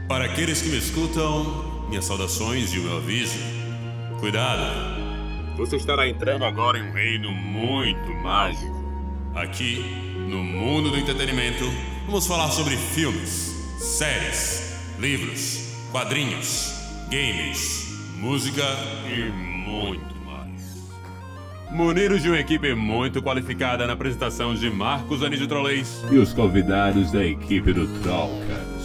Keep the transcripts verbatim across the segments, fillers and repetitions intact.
Para aqueles que me escutam, minhas saudações e o meu aviso. Cuidado! Você estará entrando agora em um reino muito mágico. Aqui, no mundo do entretenimento, vamos falar sobre filmes, séries, livros, quadrinhos, games, música e muito mais. Munidos de uma equipe muito qualificada na apresentação de Marcos Anísio Trollês e os convidados da equipe do Trollcast.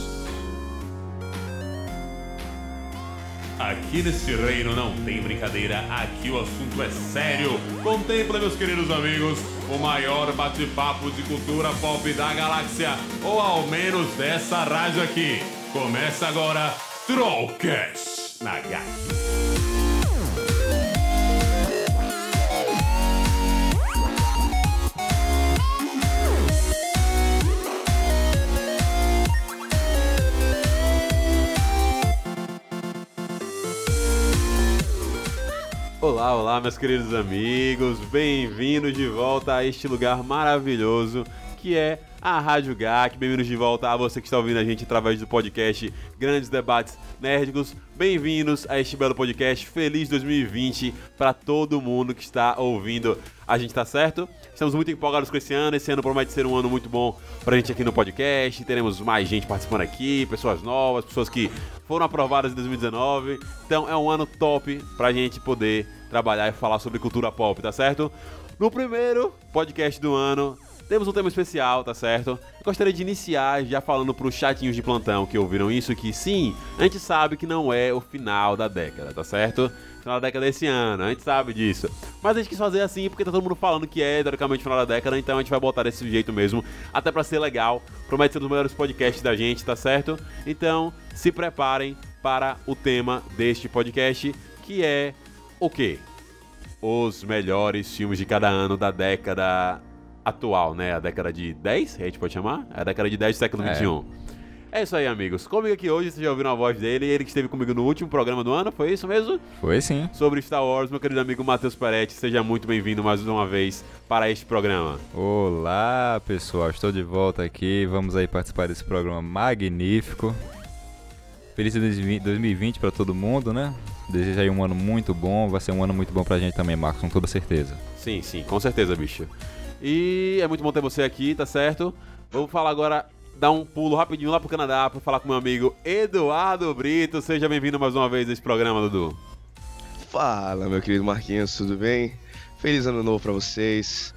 Aqui neste reino não tem brincadeira, aqui o assunto é sério. Contempla, meus queridos amigos, o maior bate-papo de cultura pop da galáxia, ou ao menos dessa rádio aqui. Começa agora, Trollcast na Gata. Olá, olá, meus queridos amigos, bem-vindos de volta a este lugar maravilhoso que é a Rádio G A C. Bem-vindos de volta a você que está ouvindo a gente através do podcast Grandes Debates Nerdicos. Bem-vindos a este belo podcast. Feliz dois mil e vinte para todo mundo que está ouvindo a gente, tá certo? Estamos muito empolgados com esse ano. Esse ano promete ser um ano muito bom pra gente aqui no podcast. Teremos mais gente participando aqui, pessoas novas, pessoas que foram aprovadas em dois mil e dezenove. Então é um ano top pra gente poder trabalhar e falar sobre cultura pop, tá certo? No primeiro podcast do ano, temos um tema especial, tá certo? Eu gostaria de iniciar já falando pros chatinhos de plantão que ouviram isso, que sim, a gente sabe que não é o final da década, tá certo? Final da década desse ano, a gente sabe disso. Mas a gente quis fazer assim porque tá todo mundo falando que é, teoricamente, final da década, então a gente vai botar desse jeito mesmo, até pra ser legal. Promete ser um dos melhores podcasts da gente, tá certo? Então, se preparem para o tema deste podcast, que é o quê? Os melhores filmes de cada ano da década atual, né? A década de dez, a gente pode chamar? É a década de dez do século vinte e um. É. É isso aí, amigos. Comigo aqui hoje, vocês já ouviram a voz dele, ele que esteve comigo no último programa do ano, foi isso mesmo? Foi sim. Sobre Star Wars, meu querido amigo Matheus Peretti, seja muito bem-vindo mais uma vez para este programa. Olá, pessoal, estou de volta aqui, vamos aí participar desse programa magnífico. Feliz dois mil e vinte para todo mundo, né? Desejo aí um ano muito bom, vai ser um ano muito bom pra gente também, Marcos, com toda certeza. Sim, sim, com certeza, bicho. E é muito bom ter você aqui, tá certo? Vamos falar agora, dar um pulo rapidinho lá pro Canadá pra falar com meu amigo Eduardo Brito. Seja bem-vindo mais uma vez a esse programa, Dudu. Fala, meu querido Marquinhos, tudo bem? Feliz ano novo pra vocês.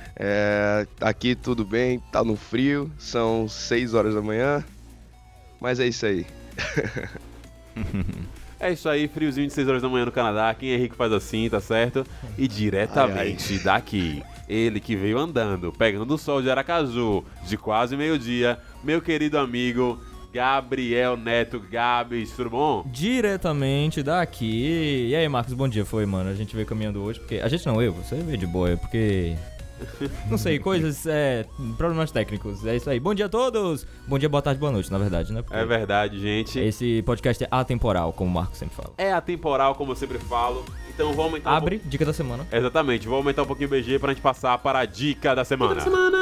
É, aqui tudo bem, tá no frio, são seis horas da manhã, mas é isso aí. É isso aí, friozinho de seis horas da manhã no Canadá. Quem é rico faz assim, tá certo? E diretamente ai, ai. daqui, ele que veio andando, pegando o sol de Aracaju, de quase meio-dia, meu querido amigo Gabriel Neto. Gabs, tudo bom? Diretamente daqui. E aí, Marcos, bom dia. Foi, mano, a gente veio caminhando hoje, porque... A gente não, eu, você veio de boa, porque... Não sei, coisas, é, problemas técnicos, é isso aí. Bom dia a todos, bom dia, boa tarde, boa noite, na verdade, né? Porque é verdade, gente. Esse podcast é atemporal, como o Marcos sempre fala. É atemporal, como eu sempre falo, então vou aumentar Abre, um pouco... dica da semana. Exatamente, vou aumentar um pouquinho o B G pra gente passar para a dica da semana. Dica da semana!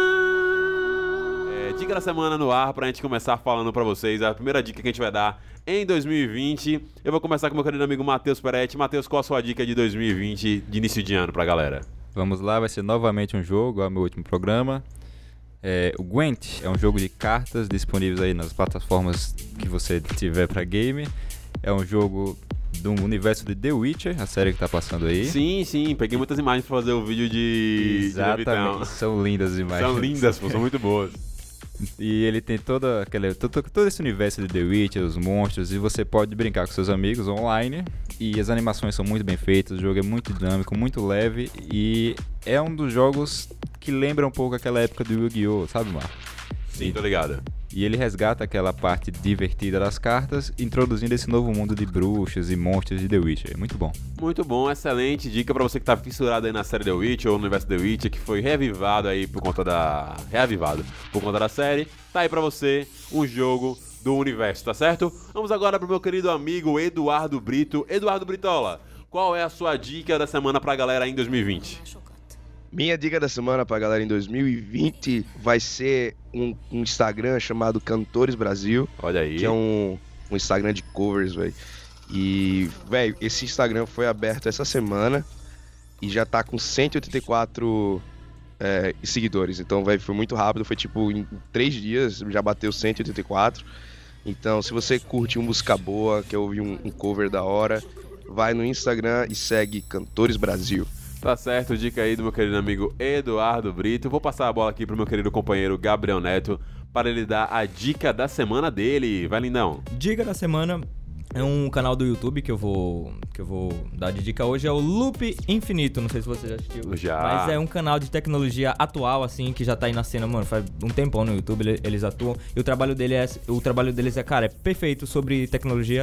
É, dica da semana no ar pra gente começar falando pra vocês, a primeira dica que a gente vai dar em dois mil e vinte. Eu vou começar com meu querido amigo Matheus Peretti. Matheus, qual a sua dica de dois mil e vinte, de início de ano pra galera? Vamos lá, vai ser novamente um jogo, é o meu último programa. É, o Gwent é um jogo de cartas disponíveis aí nas plataformas que você tiver pra game. É um jogo do universo de The Witcher, a série que tá passando aí. Sim, sim, peguei muitas imagens pra fazer o vídeo de... Exatamente, de são lindas as imagens. São lindas, pô, são muito boas. E ele tem toda aquela, todo, todo esse universo de The Witcher, os monstros, e você pode brincar com seus amigos online. E as animações são muito bem feitas, o jogo é muito dinâmico, muito leve. E é um dos jogos que lembra um pouco aquela época do Yu-Gi-Oh!, sabe, Marco? Sim, tô ligado. E ele resgata aquela parte divertida das cartas, introduzindo esse novo mundo de bruxas e monstros de The Witcher. É muito bom. Muito bom, excelente dica pra você que tá fissurado aí na série The Witcher ou no universo The Witcher, que foi reavivado aí por conta da... Reavivado por conta da série. Tá aí pra você um jogo do universo, tá certo? Vamos agora pro meu querido amigo Eduardo Brito. Eduardo Britola, qual é a sua dica da semana pra galera aí em dois mil e vinte? Minha dica da semana pra galera em dois mil e vinte vai ser um, um Instagram chamado Cantores Brasil. Olha aí. Que é um, um Instagram de covers, velho. E, velho, esse Instagram foi aberto essa semana e já tá com cento e oitenta e quatro é, seguidores. Então, velho, foi muito rápido. Foi tipo, em três dias já bateu cento e oitenta e quatro. Então, se você curte uma música boa, quer ouvir um, um cover da hora, vai no Instagram e segue Cantores Brasil. Tá certo, dica aí do meu querido amigo Eduardo Brito. Vou passar a bola aqui pro meu querido companheiro Gabriel Neto para ele dar a dica da semana dele. Vai, lindão. Dica da semana é um canal do YouTube que eu vou que eu vou dar de dica hoje, é o Loop Infinito, não sei se você já assistiu. Já. Mas é um canal de tecnologia atual, assim, que já tá aí na cena, mano, faz um tempão no YouTube, eles atuam. E o trabalho, dele é, o trabalho deles é, cara, é perfeito sobre tecnologia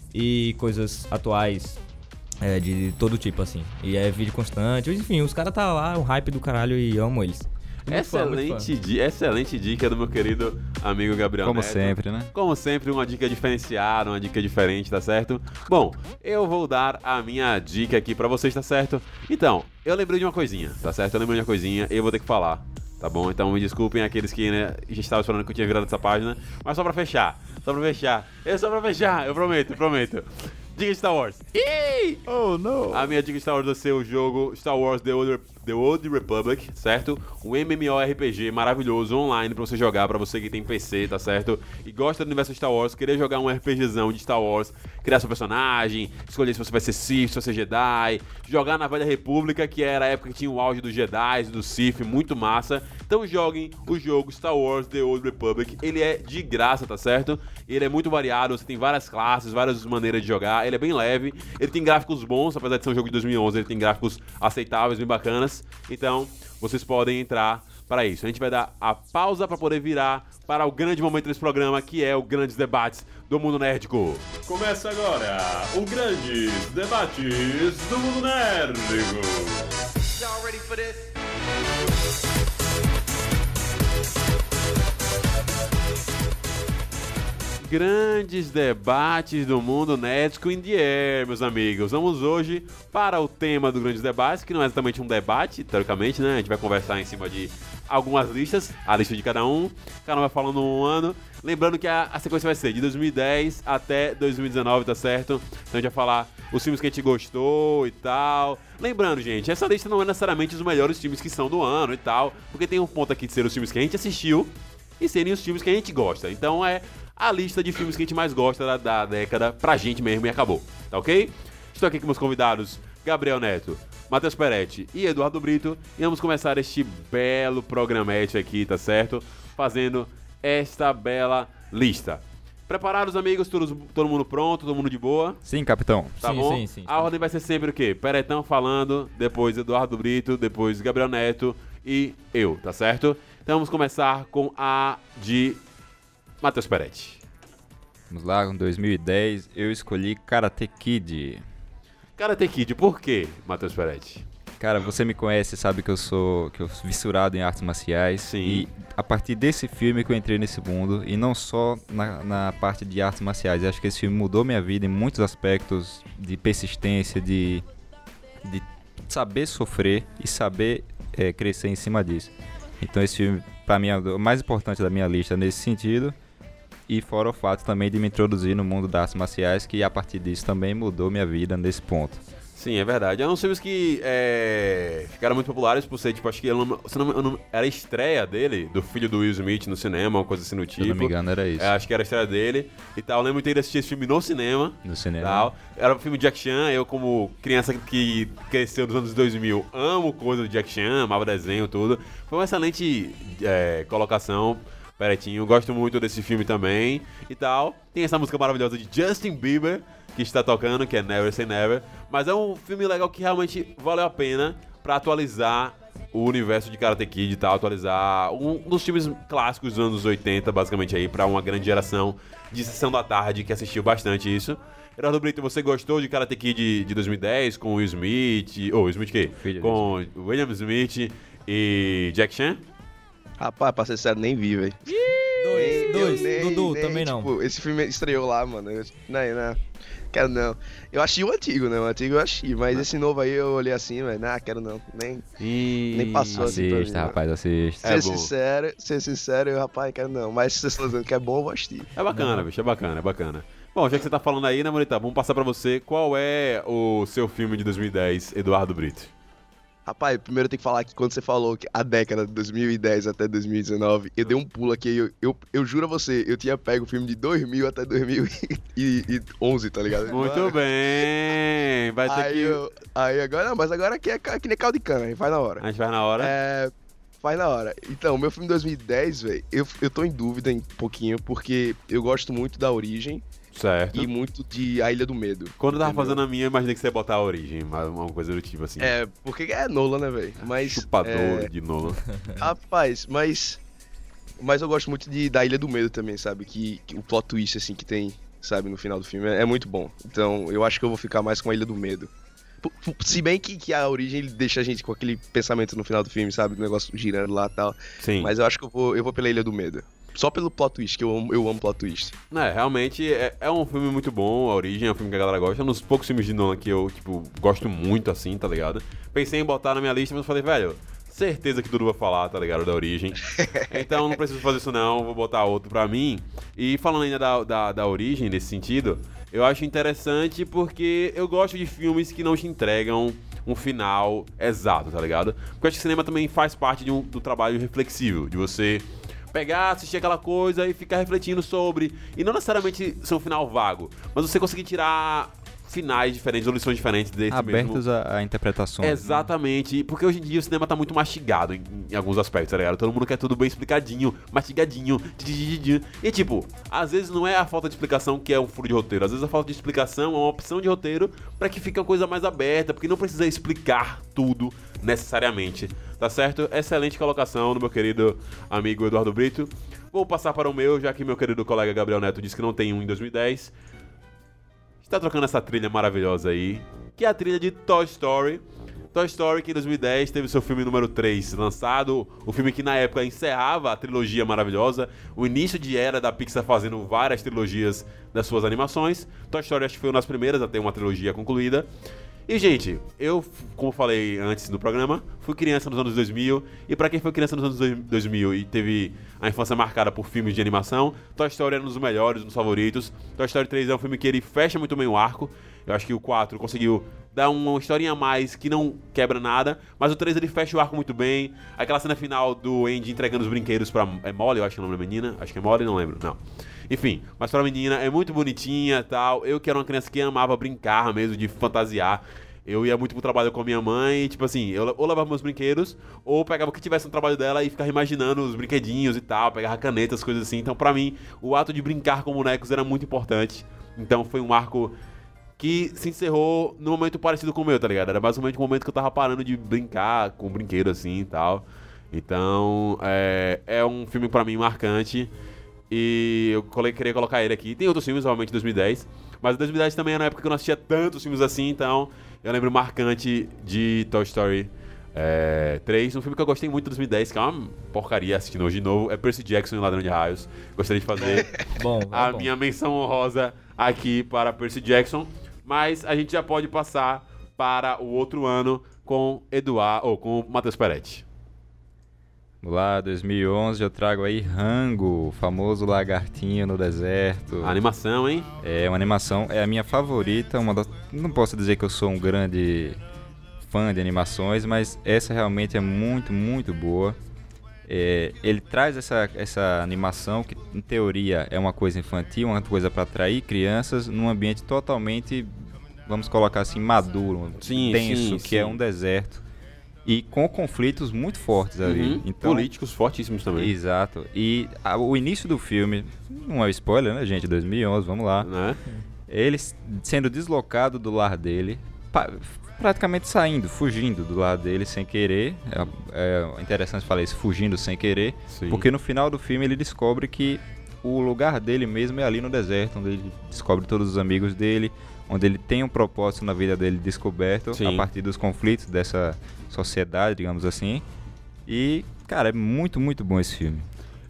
e coisas atuais. É, de todo tipo, assim. E é vídeo constante. Enfim, os caras tá lá, o hype do caralho, e amo eles. Muito fã, muito Excelente, fã. di- excelente dica do meu querido amigo Gabriel Como Neto. sempre, né? Como sempre, uma dica diferenciada, uma dica diferente, tá certo? Bom, eu vou dar a minha dica aqui pra vocês, tá certo? Então, eu lembrei de uma coisinha, tá certo? Eu lembrei de uma coisinha e eu vou ter que falar, tá bom? Então me desculpem aqueles que, né, já estavam esperando que eu tinha virado essa página, mas só pra fechar, só pra fechar, é só pra fechar, eu prometo, prometo. Dica de Star Wars. Ih! Oh, não! A minha dica de Star Wars vai ser o jogo Star Wars The Old, The Old Republic, certo? Um MMORPG maravilhoso online pra você jogar, pra você que tem P C, tá certo? E gosta do universo Star Wars, querer jogar um RPGzão de Star Wars, criar seu personagem, escolher se você vai ser Sith, se você vai ser Jedi, jogar na Velha República, que era a época que tinha o auge dos Jedi, do Sith, muito massa. Então joguem o jogo Star Wars The Old Republic, ele é de graça, tá certo? Ele é muito variado, você tem várias classes, várias maneiras de jogar, ele é bem leve, ele tem gráficos bons, apesar de ser um jogo de dois mil e onze, ele tem gráficos aceitáveis, bem bacanas, então vocês podem entrar para isso. A gente vai dar a pausa para poder virar para o grande momento desse programa, que é o Grandes Debates do Mundo Nerdico. Começa agora o Grandes Debates do Mundo Nerdico. Y'all ready for this? Grandes debates do mundo nerdico in the air, meus amigos. Vamos hoje para o tema do Grandes Debates, que não é exatamente um debate, teoricamente, né? A gente vai conversar em cima de algumas listas, a lista de cada um. Cada um vai falando um ano. Lembrando que a, a sequência vai ser de dois mil e dez até dois mil e dezenove, tá certo? Então a gente vai falar os filmes que a gente gostou e tal. Lembrando, gente, essa lista não é necessariamente os melhores filmes que são do ano e tal, porque tem um ponto aqui de ser os filmes que a gente assistiu e serem os filmes que a gente gosta. Então é a lista de filmes que a gente mais gosta da, da década pra gente mesmo e acabou, tá ok? Estou aqui com meus convidados Gabriel Neto, Matheus Peretti e Eduardo Brito e vamos começar este belo programete aqui, tá certo? Fazendo esta bela lista. Preparados, amigos? Todo, todo mundo pronto? Todo mundo de boa? Sim, capitão. Tá Sim, bom? sim, sim, A sim. ordem vai ser sempre o quê? Peretão falando, depois Eduardo Brito, depois Gabriel Neto e eu, tá certo? Então vamos começar com a de Matheus Peretti. Vamos lá, com dois mil e dez eu escolhi Karate Kid. Karate Kid, por quê, Matheus Peretti? Cara, você me conhece, sabe que eu sou que eu sou fissurado em artes marciais. Sim. E a partir desse filme que eu entrei nesse mundo, e não só na, na parte de artes marciais. Eu acho que esse filme mudou minha vida em muitos aspectos de persistência, de, de saber sofrer e saber é, crescer em cima disso. Então esse filme, pra mim, é o mais importante da minha lista nesse sentido. E fora o fato também de me introduzir no mundo das artes marciais, que a partir disso também mudou minha vida nesse ponto. Sim, é verdade. É um dos filmes que é, ficaram muito populares por ser, tipo, acho que eu não, se não, eu não, era a estreia dele, do filho do Will Smith no cinema, uma coisa assim no tipo. Se eu não me engano, era isso. É, acho que era a estreia dele e tal. Eu lembro muito de assistir esse filme no cinema. No cinema. Tal. Era um filme de Jack Chan. Eu, como criança que cresceu nos anos dois mil, amo coisa do Jack Chan, amava desenho, tudo. Foi uma excelente é, colocação. Peretinho, gosto muito desse filme também e tal. Tem essa música maravilhosa de Justin Bieber que está tocando, que é Never Say Never. Mas é um filme legal que realmente valeu a pena pra atualizar o universo de Karate Kid e tal, atualizar um dos filmes clássicos dos anos oitenta, basicamente aí, pra uma grande geração de sessão da tarde que assistiu bastante isso. Eduardo Brito, você gostou de Karate Kid de dois mil e dez com Will Smith, ou oh, Will Smith quê? Filho Com William Smith e Jack Chan? Rapaz, pra ser sério, nem vi, velho. Dois, dois. Eu nem- Dudu, nem, também não. Tipo, esse filme estreou lá, mano. Eu, não, não. Quero não. Eu achei o antigo, né? O antigo eu achei. Mas esse novo aí eu olhei assim, velho. Não, quero não. Nem, E... nem passou assim pra mim. Assista, não. rapaz, assista. É Ser bom. sincero, ser sincero, eu, rapaz, quero não. Mas se vocês estão dizendo que é bom, eu vou assistir. É bacana, bicho, é bacana, é bacana. Bom, já que você tá falando aí, né, Morita, vamos passar pra você. Qual é o seu filme de dois mil e dez, Eduardo Brito? Rapaz, primeiro eu tenho que falar que quando você falou que a década de dois mil e dez até dois mil e dezenove, eu dei um pulo aqui, eu, eu, eu juro a você, eu tinha pego o filme de dois mil até dois mil e onze, tá ligado? Muito bem, vai ter Aí, que... eu, aí agora, não, mas agora aqui é ca- que nem caldo de cana, aí faz na hora. A gente vai na hora. É, faz na hora. Então, meu filme de dois mil e dez, velho, eu, eu tô em dúvida um pouquinho, porque eu gosto muito da Origem Certo. e muito de A Ilha do Medo. Quando eu tava entendeu? fazendo a minha, eu imaginei que você ia botar a Origem, mas uma coisa do tipo assim. É, porque é Nolan, né, velho? Mas. Chupador é, de Nolan. Rapaz, mas. Mas eu gosto muito de, da Ilha do Medo também, sabe? Que, que o plot twist, assim, que tem, sabe, no final do filme é, é muito bom. Então, eu acho que eu vou ficar mais com a Ilha do Medo. P- p- Se bem que, que a Origem ele deixa a gente com aquele pensamento no final do filme, sabe? Do negócio girando lá e tal. Sim. Mas eu acho que eu vou, eu vou pela Ilha do Medo. Só pelo plot twist, que eu amo, eu amo plot twist. É, realmente é, é um filme muito bom, A Origem é um filme que a galera gosta. É um dos poucos filmes de Nolan que eu, tipo, gosto muito, assim, tá ligado? Pensei em botar na minha lista, mas falei, velho, certeza que Dudu vai falar, tá ligado? Da Origem. Então não preciso fazer isso não, vou botar outro pra mim. E falando ainda da, da, da Origem, nesse sentido, eu acho interessante porque eu gosto de filmes que não te entregam um final exato, tá ligado? Porque eu acho que o cinema também faz parte de um, do trabalho reflexivo, de você pegar, assistir aquela coisa e ficar refletindo sobre. E não necessariamente ser um final vago, mas você conseguir tirar finais diferentes, ou lições diferentes desse Abertos mesmo. a, a interpretações. Exatamente, porque hoje em dia o cinema tá muito mastigado em, em alguns aspectos, tá ligado? Todo mundo quer tudo bem explicadinho, mastigadinho, tititititi. E tipo, às vezes não é a falta de explicação que é um furo de roteiro, às vezes a falta de explicação é uma opção de roteiro pra que fique uma coisa mais aberta, porque não precisa explicar tudo necessariamente, tá certo? Excelente colocação do meu querido amigo Eduardo Brito. Vou passar para o meu, já que meu querido colega Gabriel Neto disse que não tem um em dois mil e dez. Está trocando essa trilha maravilhosa aí, que é a trilha de Toy Story. Toy Story, que em dois mil e dez teve seu filme número três lançado, o filme que na época encerrava a trilogia maravilhosa, o início de era da Pixar fazendo várias trilogias das suas animações. Toy Story acho que foi uma das primeiras a ter uma trilogia concluída. E, gente, eu, como falei antes do programa, fui criança nos anos dois mil, e pra quem foi criança nos anos dois mil e teve a infância marcada por filmes de animação, Toy Story era um dos melhores, um dos favoritos. Toy Story três é um filme que ele fecha muito bem o arco. Eu acho que o quatro conseguiu dar uma historinha a mais que não quebra nada, mas o três ele fecha o arco muito bem. Aquela cena final do Andy entregando os brinquedos pra... É Molly, eu acho que é o nome da menina? Acho que é Molly, não lembro, não. Enfim, mas pra menina é muito bonitinha e tal. Eu que era uma criança que amava brincar mesmo, de fantasiar. Eu ia muito pro trabalho com a minha mãe e, tipo assim, eu ou levava meus brinquedos, ou pegava o que tivesse no trabalho dela e ficava imaginando os brinquedinhos e tal, pegava canetas, coisas assim. Então, pra mim, o ato de brincar com bonecos era muito importante. Então, foi um arco que se encerrou num momento parecido com o meu, tá ligado? Era basicamente o momento que eu tava parando de brincar com brinquedo assim e tal. Então, é, é um filme pra mim marcante. E eu queria colocar ele aqui. Tem outros filmes, obviamente, de dois mil e dez. Mas dois mil e dez também era na época que eu não assistia tantos filmes assim, então eu lembro marcante de Toy Story é, três. Um filme que eu gostei muito de dois mil e dez, que é uma porcaria assistindo hoje de novo, é Percy Jackson e o Ladrão de Raios. Gostaria de fazer Bom, a bom. minha menção honrosa aqui para Percy Jackson. Mas a gente já pode passar para o outro ano com Eduardo, ou com Matheus Peretti. Vamos lá, dois mil e onze eu trago aí Rango, o famoso lagartinho no deserto. A animação, hein? É uma animação, é a minha favorita, uma das, não posso dizer que eu sou um grande fã de animações, mas essa realmente é muito, muito boa. É, ele traz essa, essa animação que, em teoria, é uma coisa infantil, uma coisa para atrair crianças, num ambiente totalmente, vamos colocar assim, maduro, Sim, denso, sim, que sim. é um deserto. E com conflitos muito fortes ali. Uhum. Então, Políticos fortíssimos também. exato. E a, o início do filme, não é spoiler, né, gente? dois mil e onze, vamos lá. Né? Ele sendo deslocado do lar dele, pa- praticamente saindo, fugindo do lar dele sem querer. É, é interessante falar isso, fugindo sem querer. Sim. Porque no final do filme ele descobre que o lugar dele mesmo é ali no deserto, onde ele descobre todos os amigos dele, onde ele tem um propósito na vida dele descoberto, Sim. a partir dos conflitos dessa sociedade, digamos assim. E, cara, é muito, muito bom esse filme.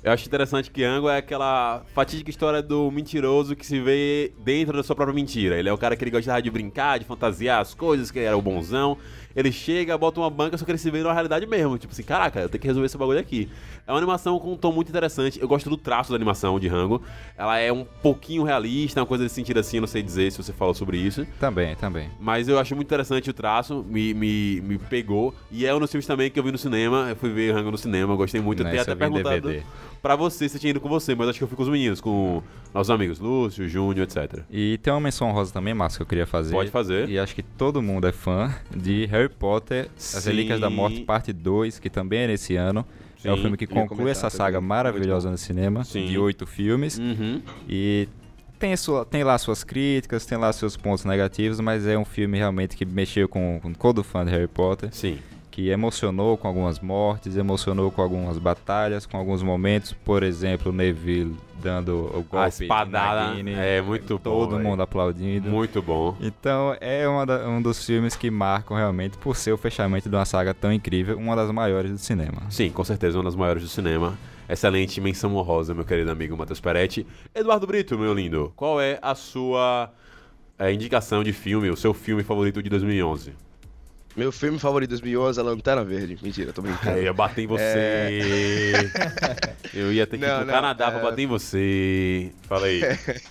Eu acho interessante que Ango é aquela fatídica história do mentiroso que se vê dentro da sua própria mentira. Ele é o cara que ele gostava de brincar, de fantasiar as coisas, que ele era o bonzão. Ele chega, bota uma banca, só que ele se vê na realidade mesmo. Tipo assim, caraca, eu tenho que resolver esse bagulho aqui. É uma animação com um tom muito interessante. Eu gosto do traço da animação de Rango. Ela é um pouquinho realista, uma coisa de sentido assim, não sei dizer se você falou sobre isso. Também, também. Mas eu acho muito interessante o traço, me, me, me pegou. E é um dos filmes também que eu vi no cinema. Eu fui ver Rango no cinema, eu gostei muito. Eu tenho Nessa até eu vi em perguntado D V D. pra você se tinha ido com você, mas acho que eu fui com os meninos, com nossos amigos Lúcio, Júnior, etcétera. E tem uma menção honrosa também, Márcio, que eu queria fazer. Pode fazer. E acho que todo mundo é fã de Harry Potter, As Sim. Relíquias da Morte, parte dois, que também é nesse ano. Sim. É o filme que Eu ia conclui comentar essa saga também. maravilhosa Muito no cinema, Sim. de oito filmes. Uhum. E tem, sua, tem lá suas críticas, tem lá seus pontos negativos, mas é um filme realmente que mexeu com, com todo fã de Harry Potter. Sim. Que emocionou com algumas mortes, emocionou com algumas batalhas, com alguns momentos, por exemplo, o Neville dando o golpe A espadada de Nagini, é muito bom, todo véio. mundo aplaudindo. Muito bom. Então é uma da- um dos filmes que marcam realmente por ser o fechamento de uma saga tão incrível, uma das maiores do cinema. Sim, com certeza, uma das maiores do cinema. Excelente menção honrosa, meu querido amigo Matheus Peretti. Eduardo Brito, meu lindo, qual é a sua é, indicação de filme, o seu filme favorito de dois mil e onze? Meu filme favorito de dois mil e onze é Lanterna Verde. Mentira, tô brincando. Eu ia bater em você. Eu ia ter que ir Não, pro não, Canadá pra é- bater em você. Fala aí.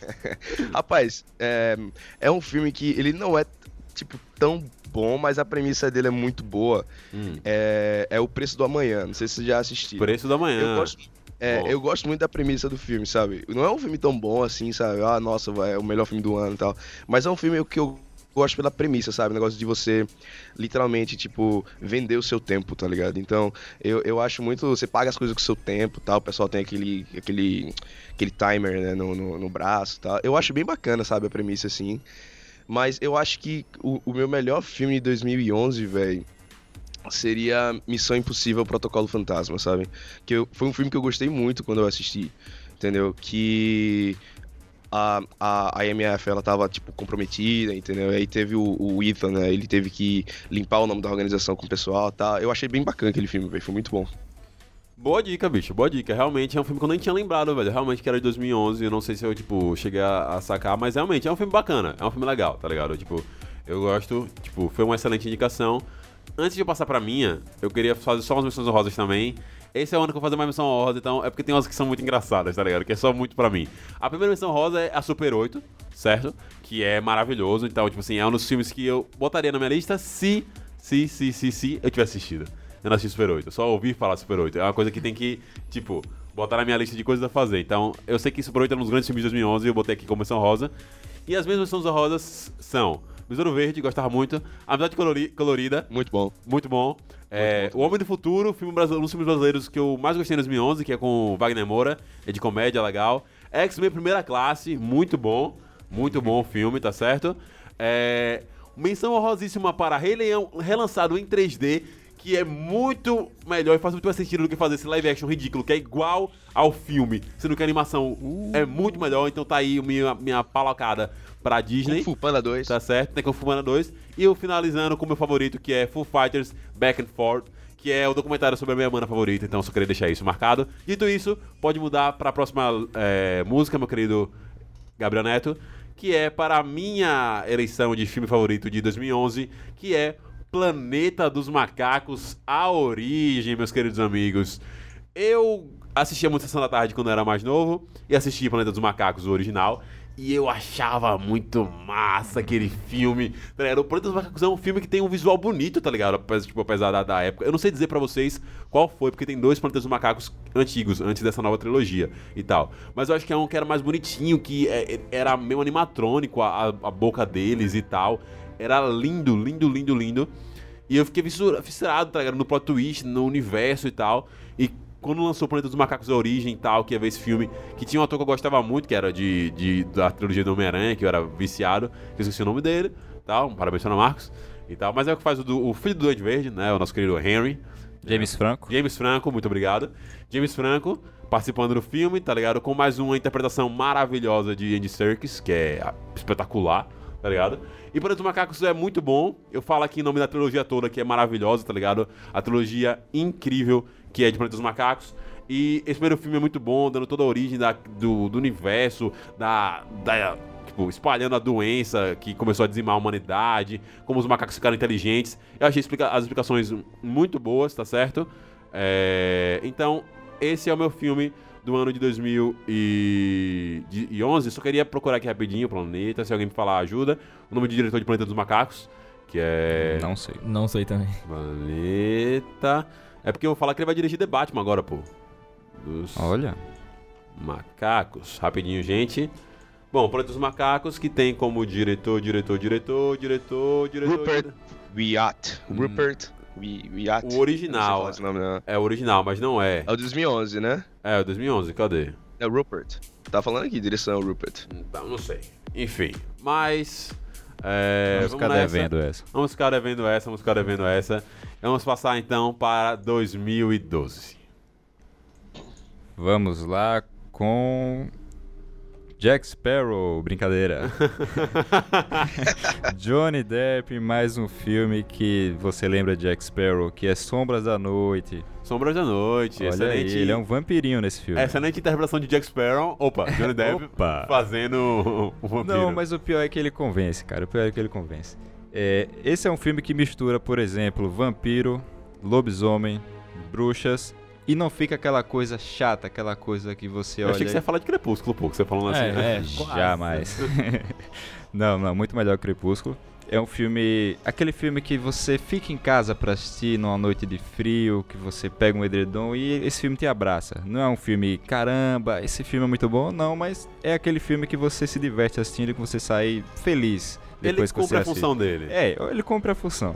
Rapaz, é, é um filme que ele não é, tipo, tão bom, mas a premissa dele é muito boa. Hum. É, é O Preço do Amanhã. Não sei se você já assistiu. Preço da manhã. Eu gosto, é, Bom. eu gosto muito da premissa do filme, sabe? Não é um filme tão bom assim, sabe? Ah, nossa, vai, é o melhor filme do ano e tal. Mas é um filme que eu gosto pela premissa, sabe? O negócio de você, literalmente, tipo, vender o seu tempo, tá ligado? Então, eu, eu acho muito... Você paga as coisas com o seu tempo e tal, o pessoal tem aquele, aquele, aquele timer, né, no, no, no braço e tal. Eu acho bem bacana, sabe, a premissa, assim. Mas eu acho que o, o meu melhor filme de dois mil e onze, velho, seria Missão Impossível Protocolo Fantasma, sabe? Que eu- foi um filme que eu gostei muito quando eu assisti, entendeu? Que a, a, a M F, ela tava, tipo, comprometida, entendeu? Aí teve o, o Ethan, né? Ele teve que limpar o nome da organização com o pessoal e tal. Eu achei bem bacana aquele filme, velho. Foi muito bom. Boa dica, bicho, boa dica. Realmente é um filme que eu nem tinha lembrado, velho. Realmente que era de dois mil e onze, eu não sei se eu, tipo, cheguei a, a sacar, mas realmente é um filme bacana, é um filme legal, tá ligado? Tipo, eu gosto, tipo, foi uma excelente indicação. Antes de eu passar pra minha, eu queria fazer só umas menções honrosas também. Esse é o ano que eu vou fazer mais menção honrosa, então é porque tem umas que são muito engraçadas, tá ligado? Que é só muito pra mim. A primeira menção honrosa é a Super oito, certo? Que é maravilhoso, então, tipo assim, é um dos filmes que eu botaria na minha lista se, se, se, se, se eu tivesse assistido. Eu não assisti Super oito, eu só ouvi falar Super oito. É uma coisa que tem que, tipo, botar na minha lista de coisas a fazer. Então, eu sei que Super oito é um dos grandes filmes de dois mil e onze e eu botei aqui como menção rosa. E as minhas menções honrosas são Besouro Verde, gostava muito. Amizade Colori- Colorida, Muito bom. muito bom. É, O Homem do Futuro, filme brasileiro, um dos filmes brasileiros que eu mais gostei em dois mil e onze, que é com Wagner Moura, é de comédia, legal. X-Men Primeira Classe, muito bom, muito bom o filme, tá certo? É, menção honrosíssima para Rei Leão, relançado em três D, que é muito melhor e faz muito mais sentido do que fazer esse live action ridículo, que é igual ao filme, sendo que a animação é muito melhor, então tá aí minha, minha palocada pra Disney. Kung Fu Panda dois. Tá certo, tem Kung Fu Panda dois. E eu finalizando com o meu favorito, que é Foo Fighters Back and Forth, que é o documentário sobre a minha banda favorita, então só queria deixar isso marcado. Dito isso, pode mudar para a próxima é, música, meu querido Gabriel Neto, que é para a minha eleição de filme favorito de dois mil e onze, que é Planeta dos Macacos, A Origem, meus queridos amigos. Eu assistia muito Sessão da Tarde quando eu era mais novo, e assisti Planeta dos Macacos, o original, e eu achava muito massa aquele filme. Tá ligado? O Planeta dos Macacos é um filme que tem um visual bonito, tá ligado? Apesar, tipo, apesar da, da época. Eu não sei dizer pra vocês qual foi, porque tem dois Planetas dos Macacos antigos, antes dessa nova trilogia e tal. Mas eu acho que é um que era mais bonitinho, que é, é- era meio animatrônico, a, a- a boca deles e tal. Era lindo, lindo, lindo, lindo. E eu fiquei fissura- fissurado, tá ligado? No plot twist, no universo e tal. E quando lançou o Planeta dos Macacos A Origem e tal, que ia ver esse filme, que tinha um ator que eu gostava muito, que era de, de, da trilogia do Homem-Aranha, que eu era viciado, que eu esqueci o nome dele, tal, um parabéns para Marcos e tal. Mas é o que faz o, do- o filho do Duende Verde, né? O nosso querido Henry. James Franco. James Franco, muito obrigado. James Franco participando do filme, tá ligado? Com mais uma interpretação maravilhosa de Andy Serkis, que é ah, espetacular, tá ligado? E Planeta dos Macacos é muito bom. Eu falo aqui em nome da trilogia toda, que é maravilhosa, tá ligado? A trilogia incrível que é de Planeta dos Macacos. E esse primeiro filme é muito bom, dando toda a origem da, do, do universo, da, da, tipo, espalhando a doença que começou a dizimar a humanidade, como os macacos ficaram inteligentes. Eu achei explica- as explicações muito boas, tá certo? É, então, esse é o meu filme do ano de dois mil e onze. Só queria procurar aqui rapidinho o Planeta, se alguém me falar ajuda. O nome de diretor de Planeta dos Macacos, que é... Não sei. Não sei também. Planeta... É porque eu vou falar que ele vai dirigir The Batman agora, pô. Dos Olha. Macacos. Rapidinho, gente. Bom, Planeta dos Macacos, que tem como diretor, diretor, diretor, diretor, diretor... Rupert dire- Wyatt. Hum. Rupert Wi- Wyatt. O original. Eu não sei falar esse nome, não. É o original, mas não é. É o dois mil e onze, né? É o dois mil e onze, cadê? É o Rupert. Tá falando aqui, direção Rupert. Então, não sei. Enfim, mas... É, Vamos ficar nessa. devendo essa. Vamos ficar devendo essa, vamos ficar devendo essa. Vamos passar então para dois mil e doze. Vamos lá com Jack Sparrow, brincadeira. Johnny Depp, mais um filme que você lembra de Jack Sparrow, que é Sombras da Noite. Sombras da Noite, Olha excelente. aí, ele é um vampirinho nesse filme. Excelente interpretação de Jack Sparrow. Opa, Johnny Depp Opa. fazendo um vampiro. Não, mas o pior é que ele convence, cara. O pior é que ele convence. É, esse é um filme que mistura, por exemplo, vampiro, lobisomem, bruxas, e não fica aquela coisa chata, aquela coisa que você Eu olha... achei que você ia falar de Crepúsculo, pô, que você falando assim. É, né? é. Jamais. Não, não, muito melhor que Crepúsculo. É um filme, aquele filme que você fica em casa pra assistir numa noite de frio, que você pega um edredom e esse filme te abraça. Não é um filme, caramba, esse filme é muito bom, não, mas é aquele filme que você se diverte assistindo e que você sai feliz Ele depois que você cumpre a assiste. função dele. É, ele cumpre a função.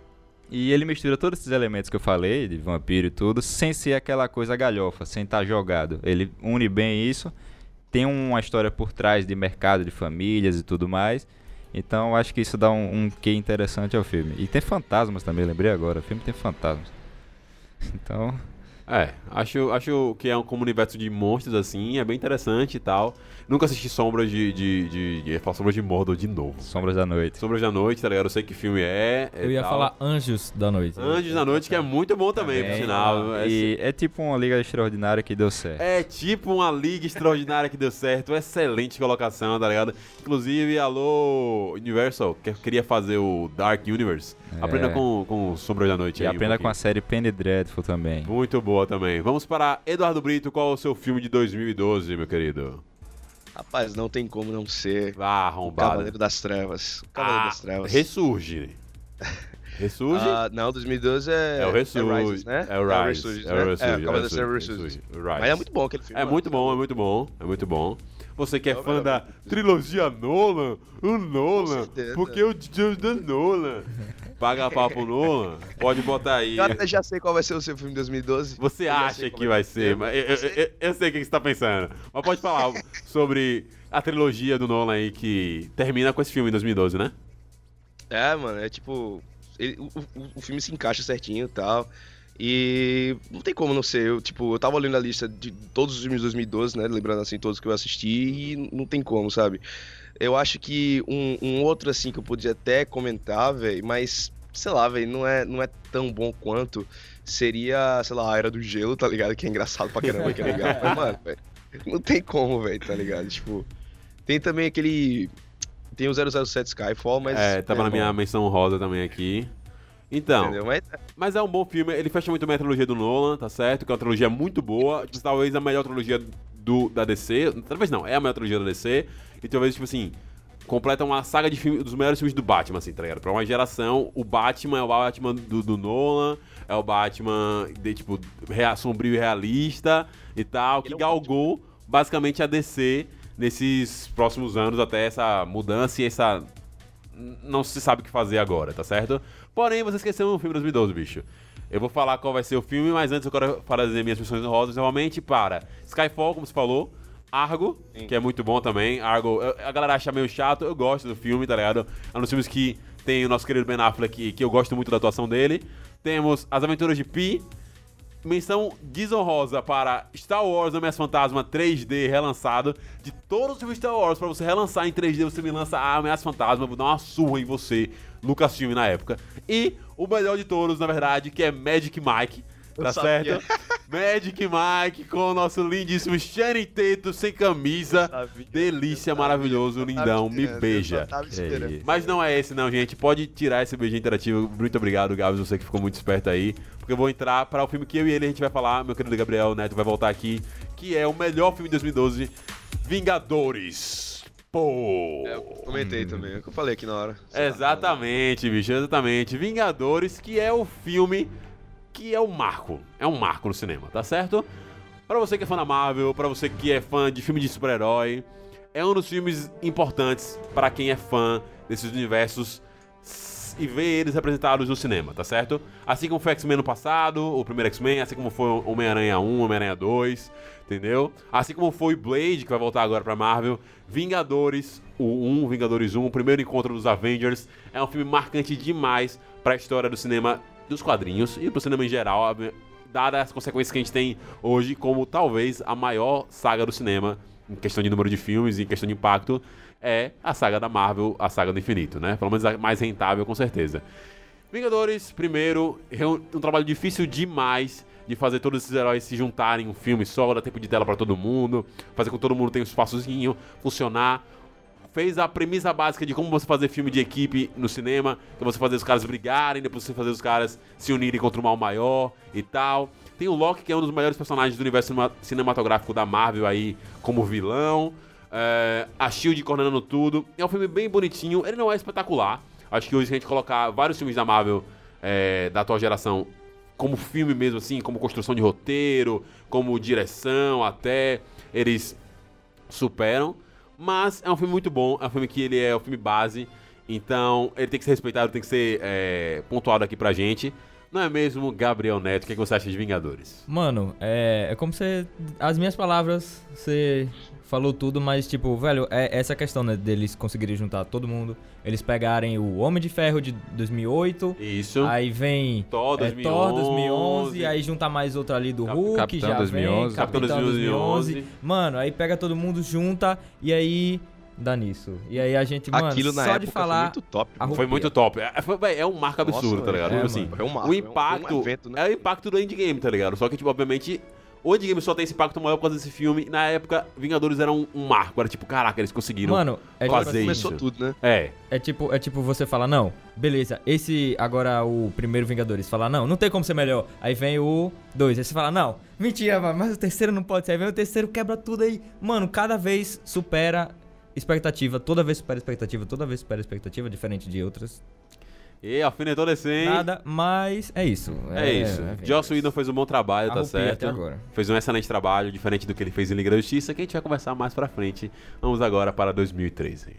E ele mistura todos esses elementos que eu falei, de vampiro e tudo, sem ser aquela coisa galhofa, sem estar jogado. Ele une bem isso, tem uma história por trás de mercado, de famílias e tudo mais. Então eu acho que isso dá um, um quê interessante ao filme. E tem fantasmas também, lembrei agora, o filme tem fantasmas. Então... É, acho, acho que é um como universo de monstros, assim, é bem interessante e tal. Nunca assisti Sombras de... de, de, de, de falar Sombras de Mordor de novo. Sombras da Noite. Sombras da Noite, tá ligado? Eu sei que filme é. Eu e ia tal. falar Anjos da Noite. Anjos da Noite, que é muito bom também, por Também. sinal. É, E é tipo uma Liga Extraordinária que deu certo. é tipo uma liga extraordinária que deu certo. Excelente colocação, tá ligado? Inclusive, alô, Universal, que queria fazer o Dark Universe. É. Aprenda com, com Sombras da Noite E aí. um aprenda com a pouquinho. série Penny Dreadful também. Muito boa também. Vamos para Eduardo Brito, qual é o seu filme de dois mil e doze, meu querido? Rapaz, não tem como não ser Ah, o arrombado. Cavaleiro das Trevas. O Cavaleiro Ah, das Trevas. Ressurge. Ressurge? Ah, não, dois mil e doze é... é o Ressurge. É o Rises, né? É o Rise. Ressurge, É o né? Ressurge. É, o Cavaleiro das é o Trevas Ressurge, Ressurge. o Rise. Mas é muito bom aquele filme. É mano. muito bom, é muito bom, é muito bom. Você que é Não, fã não, da não. trilogia Nolan, o Nolan, certeza. porque o Deus da Nolan. Paga pau pro Nolan, pode botar aí. Eu até já sei qual vai ser o seu filme de dois mil e doze. Você Eu já acha sei qual que vai ser, mas eu, eu- eu- eu sei o que você tá pensando. Mas pode falar sobre a trilogia do Nolan aí que termina com esse filme em dois mil e doze, né? É, mano, é tipo... ele- o, o- o filme se encaixa certinho e tal. E não tem como não ser. Eu, tipo, eu tava olhando a lista de todos os filmes de dois mil e doze, né? Lembrando assim, todos que eu assisti, e não tem como, sabe? Eu acho que um, um outro, assim, que eu podia até comentar, velho, mas, sei lá, velho, não é, não é tão bom quanto seria, sei lá, a Era do Gelo, tá ligado? Que é engraçado pra caramba, que é legal. Mas, mano, velho, não tem como, velho, tá ligado? Tipo, tem também aquele. Tem o zero zero sete Skyfall, mas. É, tava na bom, minha menção rosa também aqui. Então, Entendeu? Mas mas é um bom filme, ele fecha muito bem a trilogia do Nolan, tá certo? Que é uma trilogia muito boa, tipo, talvez a melhor trilogia do, da D C, talvez não, é a melhor trilogia da D C, e talvez, tipo assim, completa uma saga de filme, dos melhores filmes do Batman, assim, tá ligado? Pra uma geração, o Batman é o Batman do, do Nolan, é o Batman, de, tipo, rea, sombrio e realista e tal, que Ele é um galgou, basicamente, a D C nesses próximos anos, até essa mudança e essa... não se sabe o que fazer agora, tá certo? Porém, você esqueceu um filme de dois mil e doze, bicho. Eu vou falar qual vai ser o filme, mas antes eu quero fazer minhas menções honrosas novamente para Skyfall, como você falou, Argo, Sim. que é muito bom também. Argo, eu- a galera acha meio chato, eu gosto do filme, tá ligado? É um dos filmes que tem o nosso querido Ben Affleck, que eu gosto muito da atuação dele. Temos As Aventuras de Pi. Menção desonrosa para Star Wars Ameaça Fantasma três D relançado. De todos os filmes Star Wars, pra você relançar em três D, você me lança a Ameaça Fantasma. Eu vou dar uma surra em você, Lucasfilm na época. E o melhor de todos, na verdade, que é Magic Mike. Eu Tá sabia. certo? Magic Mike com o nosso lindíssimo Channing Tatum sem camisa. Delícia, maravilhoso, lindão, me beija. Mas não é esse não, gente. Pode tirar esse beijinho interativo. Muito obrigado, Gabs, você que ficou muito esperto aí. Porque eu vou entrar para o filme que eu e ele a gente vai falar. Meu querido Gabriel Neto vai voltar aqui. Que é o melhor filme de dois mil e doze, Vingadores. Pô! É, eu comentei também, é o que eu falei aqui na hora. Exatamente, bicho, exatamente. Vingadores, que é o filme que é o marco. É um marco no cinema, tá certo? Pra você que é fã da Marvel, pra você que é fã de filme de super-herói, é um dos filmes importantes pra quem é fã desses universos e ver eles representados no cinema, tá certo? Assim como foi X-Men no passado, o primeiro X-Men, assim como foi Homem-Aranha um, Homem-Aranha dois, entendeu? Assim como foi Blade, que vai voltar agora pra Marvel, Vingadores, o um, Vingadores um, o primeiro encontro dos Avengers, é um filme marcante demais pra história do cinema, dos quadrinhos e pro cinema em geral, dadas as consequências que a gente tem hoje como talvez a maior saga do cinema, em questão de número de filmes e em questão de impacto, é a saga da Marvel, a saga do infinito, né? Pelo menos a mais rentável, com certeza. Vingadores, primeiro, um trabalho difícil demais de fazer todos esses heróis se juntarem em um filme só, dar tempo de tela pra todo mundo, fazer com que todo mundo tenha um espaçozinho, funcionar. Fez a premissa básica de como você fazer filme de equipe no cinema, que você fazer os caras brigarem, depois você fazer os caras se unirem contra o mal maior e tal. Tem o Loki, que é um dos melhores personagens do universo cinematográfico da Marvel aí, como vilão. É, a Shield coordenando tudo. É um filme bem bonitinho, ele não é espetacular. Acho que hoje a gente colocar vários filmes da Marvel é, da atual geração como filme mesmo assim, como construção de roteiro, como direção até, eles superam. Mas é um filme muito bom, é um filme que ele é o filme base, então ele tem que ser respeitado, tem que ser é, pontuado aqui pra gente. Não é mesmo, Gabriel Neto? O que, é que você acha de Vingadores? Mano, é, é como você... As minhas palavras, você falou tudo, mas tipo, velho, é essa questão, né, deles conseguirem juntar todo mundo, eles pegarem o Homem de Ferro de dois mil e oito, isso, aí vem Thor é, dois mil e onze, dois mil e onze, aí juntar mais outro ali do Cap- Hulk, Capitão já dois mil e onze, vem, Capitão Capitão dois mil e onze, dois mil e onze. Mano, aí pega todo mundo, junta, e aí dá nisso. E aí a gente, mano, Aquilo na só época de falar... foi muito top. arrupia. Foi muito top. É, foi, véi, é um marco absurdo, Nossa, tá ligado? é, Tipo assim, mano. Foi um marco, o foi um- impacto foi um evento, né? é o impacto do Endgame, tá ligado? Só que, tipo, obviamente, o Endgame só tem esse impacto maior por causa desse filme. Na época, Vingadores era um, um marco. Era tipo, caraca, eles conseguiram Mano, é tipo fazer assim, Começou isso. tudo, né? É. É tipo, é tipo você falar, não, beleza, esse agora o primeiro Vingadores fala, não, não tem como ser melhor. Aí vem o dois, aí você fala, não, mentira, mas o terceiro não pode ser. Aí vem o terceiro, quebra tudo aí. Mano, cada vez supera expectativa, toda vez supera expectativa, toda vez supera expectativa, diferente de outras. E alfinetou decente. Nada, mas é isso. É, isso. é, Joss Whedon fez um bom trabalho, tá Arrupia certo? até agora. Fez um excelente trabalho, diferente do que ele fez em Liga da Justiça, que a gente vai conversar mais pra frente. Vamos agora para dois mil e treze.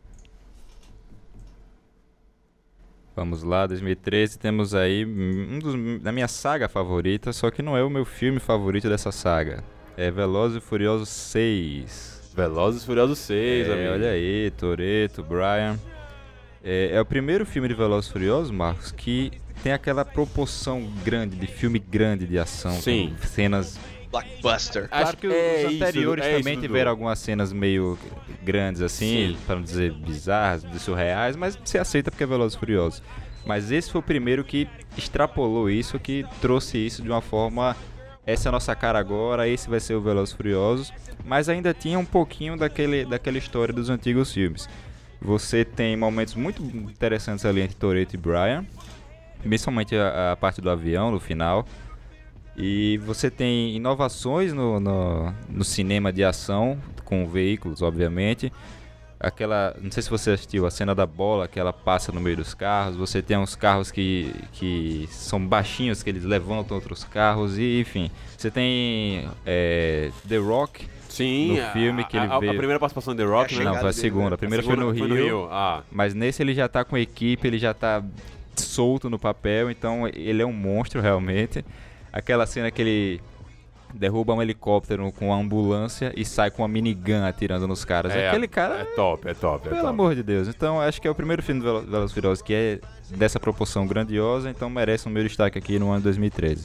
Vamos lá, dois mil e treze, temos aí um dos da minha saga favorita, só que não é o meu filme favorito dessa saga. É Velozes e Furiosos seis. Velozes e Furiosos seis, É, amigo. olha aí, Toretto, Brian. É, é o primeiro filme de Velozes e Furiosos, Marcos, que tem aquela proporção grande, de filme grande de ação. Sim. Com cenas... Blockbuster. Claro Acho que que é os isso, anteriores é também isso, Dudu. tiveram algumas cenas meio grandes assim, Sim. para não dizer bizarras, de surreais, mas você aceita porque é Velozes e Furiosos. Mas esse foi o primeiro que extrapolou isso, que trouxe isso de uma forma... Essa é a nossa cara agora, esse vai ser o Velozes e Furiosos. Mas ainda tinha um pouquinho daquele, daquela história dos antigos filmes. Você tem momentos muito interessantes ali entre Toretto e Brian, principalmente a, a parte do avião no final. E você tem inovações no, no, no cinema de ação, com veículos, obviamente. Aquela, não sei se você assistiu, a cena da bola que ela passa no meio dos carros. Você tem uns carros que, que são baixinhos, que eles levantam outros carros. E enfim, você tem é, The Rock. Sim, no filme que ele a, a, veio- a primeira participação de The Rock, É a né? Não, chegada foi a dele, segunda. né? A primeira A segunda foi no Rio. Ah, Mas nesse ele já tá com equipe, ele já tá solto no papel, então ele é um monstro realmente. Aquela cena que ele derruba um helicóptero com uma ambulância e sai com uma minigun atirando nos caras. é, Aquele cara, é top, é top, é pelo top. amor de Deus. Então acho que é o primeiro filme do Velo- Velozes e Furiosos que é dessa proporção grandiosa, então merece o meu destaque aqui no ano dois mil e treze.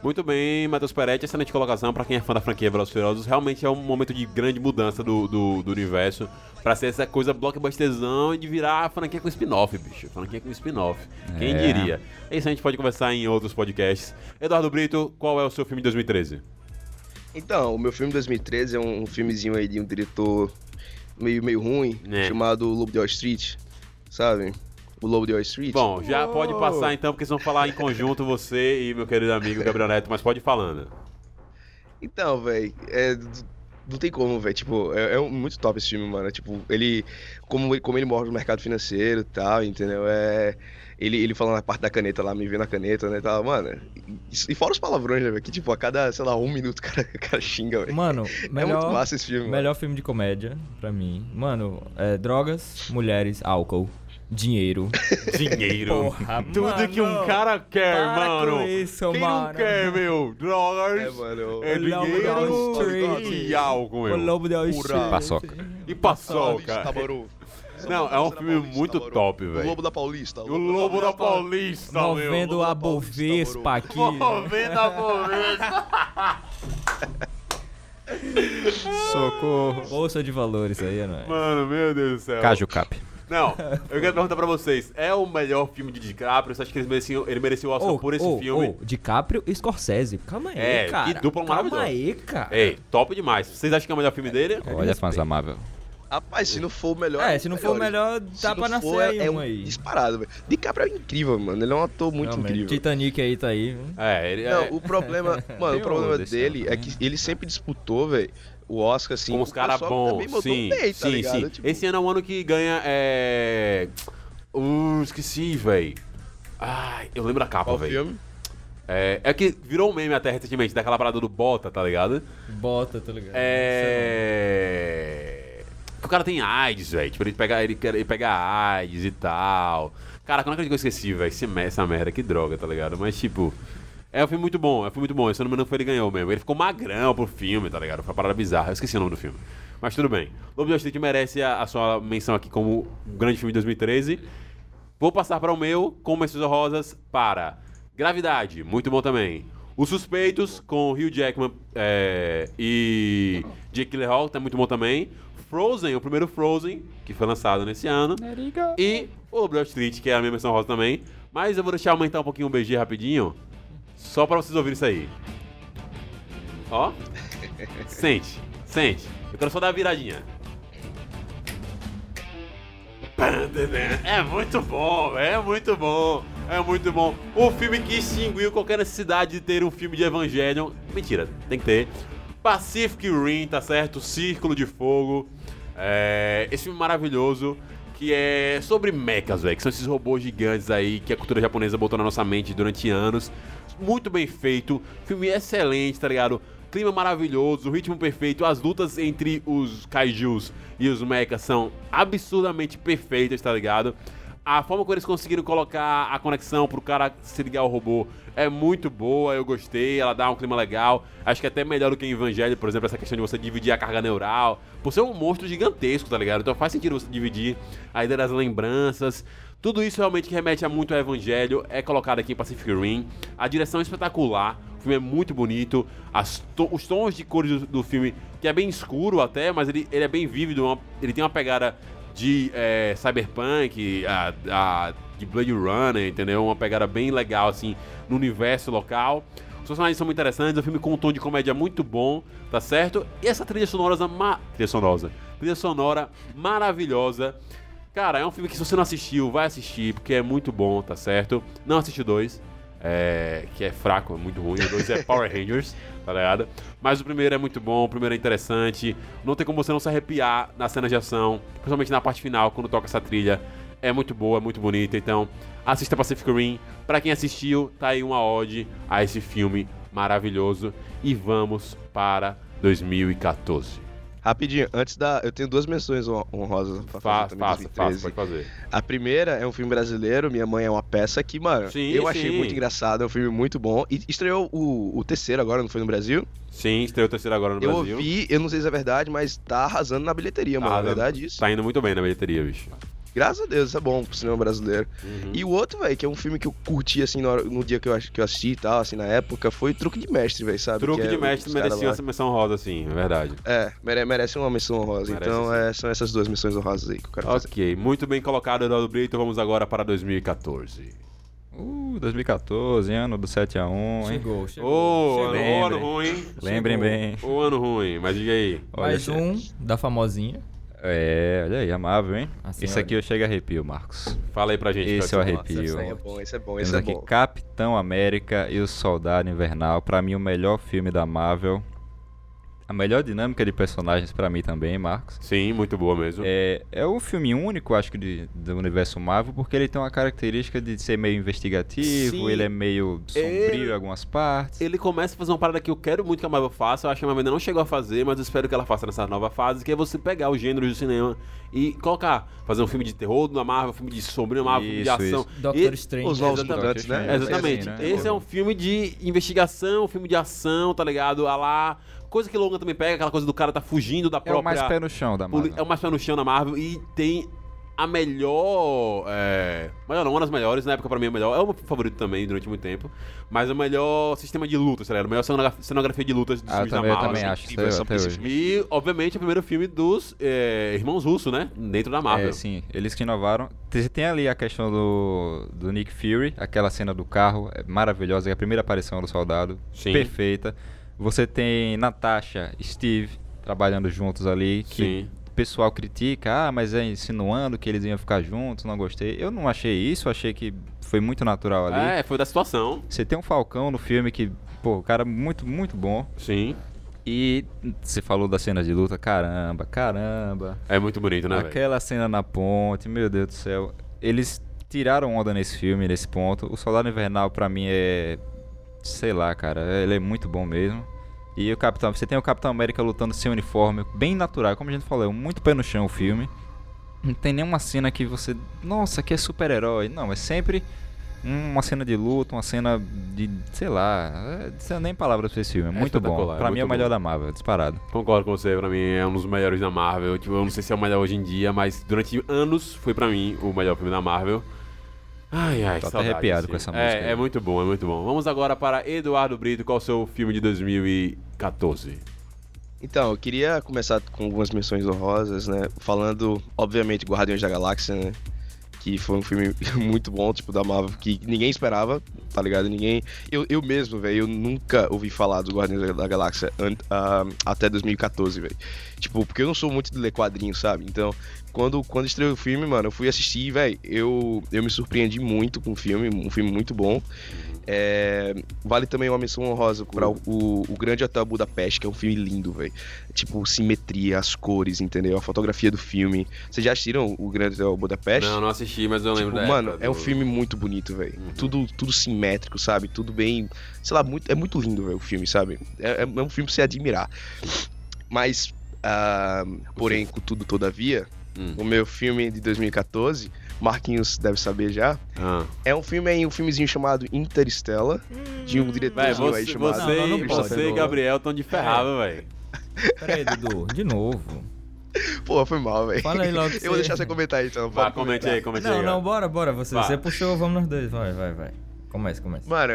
Muito bem, Matheus Peretti, excelente colocação pra quem é fã da franquia Velozes e Furiosos. Realmente é um momento de grande mudança do, do, do universo pra ser essa coisa blockbusterzão e de virar a franquia com spin-off, bicho. Franquia com spin-off. Quem É. diria? Isso a gente pode conversar em outros podcasts. Eduardo Brito, qual é o seu filme de dois mil e treze? Então, o meu filme de dois mil e treze é um, um filmezinho aí de um diretor meio, meio ruim, É. chamado Lobo de Wall Street, sabe? O Lobo de Wall Street. Bom, já pode passar então, porque vocês vão falar em conjunto, você e meu querido amigo Gabriel Neto, mas pode ir falando. Então, velho, é, não tem como, velho. Tipo, é, é um- muito top esse filme, mano. Tipo, ele. Como, ele- como ele mostra o mercado financeiro e tal, entendeu? É. Ele, ele falando a parte da caneta lá, me vendo a caneta, né? Tal, mano. E, e fora os palavrões, né, velho? Que, tipo, a cada, sei lá, um minuto o cara, o cara xinga, velho. Mano, É melhor, muito massa esse filme, melhor filme de comédia pra mim. Mano, é drogas, mulheres, álcool, dinheiro. Dinheiro. Porra, Tudo mano. que um cara quer, Para mano. com isso, Quem mano. não quer, meu? Drogas, É, mano. é O Lobo de Wall dinheiro Street. e álcool, O meu. Lobo de Wall Pura. Street. Paçoca. E paçoca. Tabaru. Não, é um filme muito top, O velho. Lobo da Paulista. O Lobo da Paulista, meu. Movendo a Bovespa aqui. Movendo a Bovespa. Socorro. Bolsa de valores aí, não é? Mano, meu Deus do céu. Caju Cap. Não, eu quero perguntar pra vocês. É o melhor filme de DiCaprio? Você acha que ele merecia, ele merecia o Oscar Ô, por esse ô, filme? ô, DiCaprio e Scorsese. Calma aí, É, cara. que dupla Calma maravilhosa. aí, cara. Ei, top demais. Vocês acham que é o melhor filme dele? Olha, fãs da Marvel. Rapaz, se não for o melhor. É, se não for o melhor, Se dá não pra nascer for, aí é um um aí. disparado, velho. DiCaprio é incrível, mano. Ele é um ator muito Realmente. incrível. Titanic aí tá aí. É, ele Não, é. o problema, mano, Tem o problema o desse dele ano é que ele sempre disputou, velho, o Oscar, assim. Com os o caras pessoal também bons. botou Sim, bem, tá sim, ligado? sim. Tipo, Esse ano é o ano que ganha. É. Uh, esqueci, velho. Ai, eu lembro a capa, qual velho. filme? É, é que virou um meme até recentemente, daquela parada do Bota, tá ligado? Bota, tá ligado? É. O cara tem AIDS, velho. Tipo, ele pega, ele, quer- ele pega AIDS e tal. Cara, quando é que eu esqueci, velho? Esse me- Essa merda, que droga, tá ligado? Mas, tipo. É um filme muito bom, é um filme muito bom. Se eu não me engano, foi ele ganhou mesmo. Ele ficou magrão pro filme, tá ligado? Foi uma parada bizarra. Eu esqueci o nome do filme. Mas tudo bem. Lobo de Wall Street merece a, a sua menção aqui como um grande filme de dois mil e treze. Vou passar para o meu, com Menções Honrosas, para Gravidade, muito bom também. Os Suspeitos, com Hugh Jackman é, e Jake Gyllenhaal, tá muito bom também. Frozen, o primeiro Frozen, que foi lançado nesse ano. E o Lobo de Wall Street, que é a minha menção rosa também. Mas eu vou deixar aumentar um pouquinho o B G rapidinho, só para vocês ouvirem isso aí. Ó. Sente, sente. Eu quero só dar a viradinha. É muito bom, é muito bom, é muito bom. O filme que extinguiu qualquer necessidade de ter um filme de Evangelion. Mentira, tem que ter. Pacific Rim, tá certo? Círculo de Fogo. É, esse filme maravilhoso que é sobre mechas, velho, que são esses robôs gigantes aí que a cultura japonesa botou na nossa mente durante anos. Muito bem feito, filme excelente, tá ligado? Clima maravilhoso, o ritmo perfeito, as lutas entre os kaijus e os mechas são absurdamente perfeitas, tá ligado? A forma como eles conseguiram colocar a conexão pro cara se ligar ao robô é muito boa, eu gostei, ela dá um clima legal. Acho que é até melhor do que em Evangelho, por exemplo, essa questão de você dividir a carga neural. Por ser um monstro gigantesco, tá ligado? Então faz sentido você dividir a ideia das lembranças. Tudo isso realmente que remete a muito a Evangelho é colocado aqui em Pacific Rim. A direção é espetacular, o filme é muito bonito. As to- os tons de cores do, do filme, que é bem escuro até, mas ele, ele é bem vívido, uma- ele tem uma pegada de é, cyberpunk, a, a, de Blade Runner, entendeu? Uma pegada bem legal, assim, no universo local. Os personagens são muito interessantes, o filme com um tom de comédia muito bom, tá certo? E essa trilha sonora, ma... trilha sonora, trilha sonora maravilhosa. Cara, é um filme que se você não assistiu, vai assistir, porque é muito bom, tá certo? Não assisti o dois, é, que é fraco, é muito ruim. O dois é Power Rangers, tá ligado? Mas o primeiro é muito bom, o primeiro é interessante. Não tem como você não se arrepiar nas cenas de ação, principalmente na parte final, quando toca essa trilha. É muito boa, é muito bonita. Então, assista Pacific Rim. Pra quem assistiu, tá aí uma ode a esse filme maravilhoso. E vamos para dois mil e quatorze. Rapidinho, antes da. Eu tenho duas menções hon- honrosas pra fazer Faça, também, faça, dois mil e faça, treze. pode fazer. A primeira é um filme brasileiro, Minha Mãe é uma Peça, que, mano, Sim, eu achei sim. muito engraçado, é um filme muito bom. E estreou o, o terceiro agora, não foi no Brasil? Sim, estreou o terceiro agora no eu Brasil. ouvi, eu não sei se é verdade, mas tá arrasando na bilheteria, mano. Ah, É verdade isso? Tá indo muito bem na bilheteria, bicho. Graças a Deus, isso é bom pro cinema brasileiro. Uhum. E o outro, velho, que é um filme que eu curti, assim, no, no dia que eu, que eu assisti e tal, assim, na época, foi Truque de Mestre, velho, sabe? Truque Que de é Mestre os caras merecia lá. uma menção rosa, sim, é verdade. É, mere- merece uma menção honrosa. Merece, Então, sim. é, são essas duas menções honrosas aí que eu quero fazer. Ok, muito bem colocado, Eduardo Brito. Vamos agora para dois mil e quatorze. Uh, dois mil e quatorze, ano do sete a um, hein? Chegou, chegou. Ô, chegou. ano, ô, ano ruim. Lembrem bem. Ô, ano ruim, mas diga aí. Mais Olha, um da famosinha. É, olha aí, amável, hein? Assim, Esse olha. aqui eu chego a arrepio, Marcos. Fala aí pra gente. Esse eu Fred. arrepio. Esse aí é bom, esse é bom, Temos esse é aqui bom. Capitão América e o Soldado Invernal. Pra mim, o melhor filme da Marvel. A melhor dinâmica de personagens pra mim também, Marcos. Sim, muito boa mesmo. É, é um filme único, acho que, de, do universo Marvel, porque ele tem uma característica de ser meio investigativo, Sim. ele é meio sombrio Ele- em algumas partes. Ele começa a fazer uma parada que eu quero muito que a Marvel faça. Eu acho que a Marvel ainda não chegou a fazer, mas eu espero que ela faça nessa nova fase, que é você pegar os gêneros do cinema e colocar, fazer um filme de terror na Marvel, um filme de sombrio na Marvel, um filme de Isso, ação. isso. Doctor E- Strange. Os novos Exatamente. mutantes, né? É, Exatamente. assim, né? Esse é um filme de investigação, um filme de ação, tá ligado? A lá. Coisa que Logan também pega, aquela coisa do cara tá fugindo da É própria. o mais pé no chão da poli- Marvel. É o mais pé no chão na Marvel e tem a melhor. É... Melhor não, uma das melhores, na época pra mim é a melhor. É o meu favorito também durante muito tempo. Mas o melhor sistema de lutas, tá ligado? A melhor cenografia- cenografia de lutas dos Ah, eu filmes da também, eu Marvel. também assim. acho, incrível até, essa até hoje. E, obviamente, é o primeiro filme dos é, irmãos russos, né? Dentro da Marvel. É, sim, eles que inovaram. Tem, tem ali a questão do, do Nick Fury, aquela cena do carro, é maravilhosa, é a primeira aparição do soldado, Sim. perfeita. Você tem Natasha, Steve, trabalhando juntos ali, que Sim. o pessoal critica, ah, mas é insinuando que eles iam ficar juntos, não gostei. Eu não achei isso, achei que foi muito natural ali. É, foi da situação. Você tem um Falcão no filme que, pô, o cara muito, muito bom. Sim. E você falou das cenas de luta, caramba, caramba. É muito bonito, né, velho? Aquela cena na ponte, meu Deus do céu. Eles tiraram onda nesse filme, nesse ponto. O Soldado Invernal, pra mim, é... Sei lá, cara. Ele é muito bom mesmo. E o Capitão... Você tem o Capitão América lutando sem uniforme, bem natural. Como a gente falou, é muito pé no chão o filme. Não tem nenhuma cena que você... Nossa, que é super-herói. Não, é sempre uma cena de luta, uma cena de... Sei lá. É, não sei nem palavras pra esse filme. É É muito bom. espetacular, é Pra mim é o muito melhor bom. da Marvel, disparado. Concordo com você, pra mim é um dos melhores da Marvel. Tipo, eu não sei se é o melhor hoje em dia, mas durante anos foi pra mim o melhor filme da Marvel. Ai, ai, Tô até saudade arrepiado desse com essa filme. música É, aí. é muito bom, é muito bom. Vamos agora para Eduardo Brito, qual é o seu filme de dois mil e quatorze? Então, eu queria começar com algumas menções honrosas, né? Falando, obviamente, Guardiões da Galáxia, né? Que foi um filme muito bom, tipo, da Marvel, que ninguém esperava, tá ligado? Ninguém... Eu, eu mesmo, velho, eu nunca ouvi falar dos Guardiões da Galáxia an- ah, até dois mil e quatorze, velho. Tipo, porque eu não sou muito de ler quadrinhos, sabe? Então, quando, quando estreou o filme, mano, eu fui assistir, velho, eu, eu me surpreendi muito com o filme, um filme muito bom. É, vale também uma menção honrosa para o, o, o Grande Hotel Budapeste, que é um filme lindo, velho. Tipo, simetria, as cores, entendeu? A fotografia do filme. Vocês já assistiram o Grande Hotel Budapeste? Não, não assisti, mas eu lembro Tipo, da mano, época é um do- filme muito bonito, velho. Uhum. Tudo, tudo simétrico, sabe? Tudo bem. Sei lá, muito, é muito lindo, velho, o filme, sabe? É, é- é um filme pra você admirar. Mas, ah, porém, com tudo, todavia, Hum. o meu filme de dois mil e quatorze, Marquinhos deve saber já, Ah. é um filme aí, um filmezinho chamado Interstellar, de um Véi, diretorzinho aí você, chamado. você, Não, não, não pode, você e não. Gabriel estão de ferrado, velho. Pera aí, Dudu, de novo. Pô, foi mal, velho. Fala aí logo que Eu vou você- deixar você comentar aí, então. Vá, pode comente comentar. aí, comente aí. Não, não, cara. bora, bora. Você, Vá. você puxou, vamos nós dois. Vai, vai, vai. Comece, comece. Mano,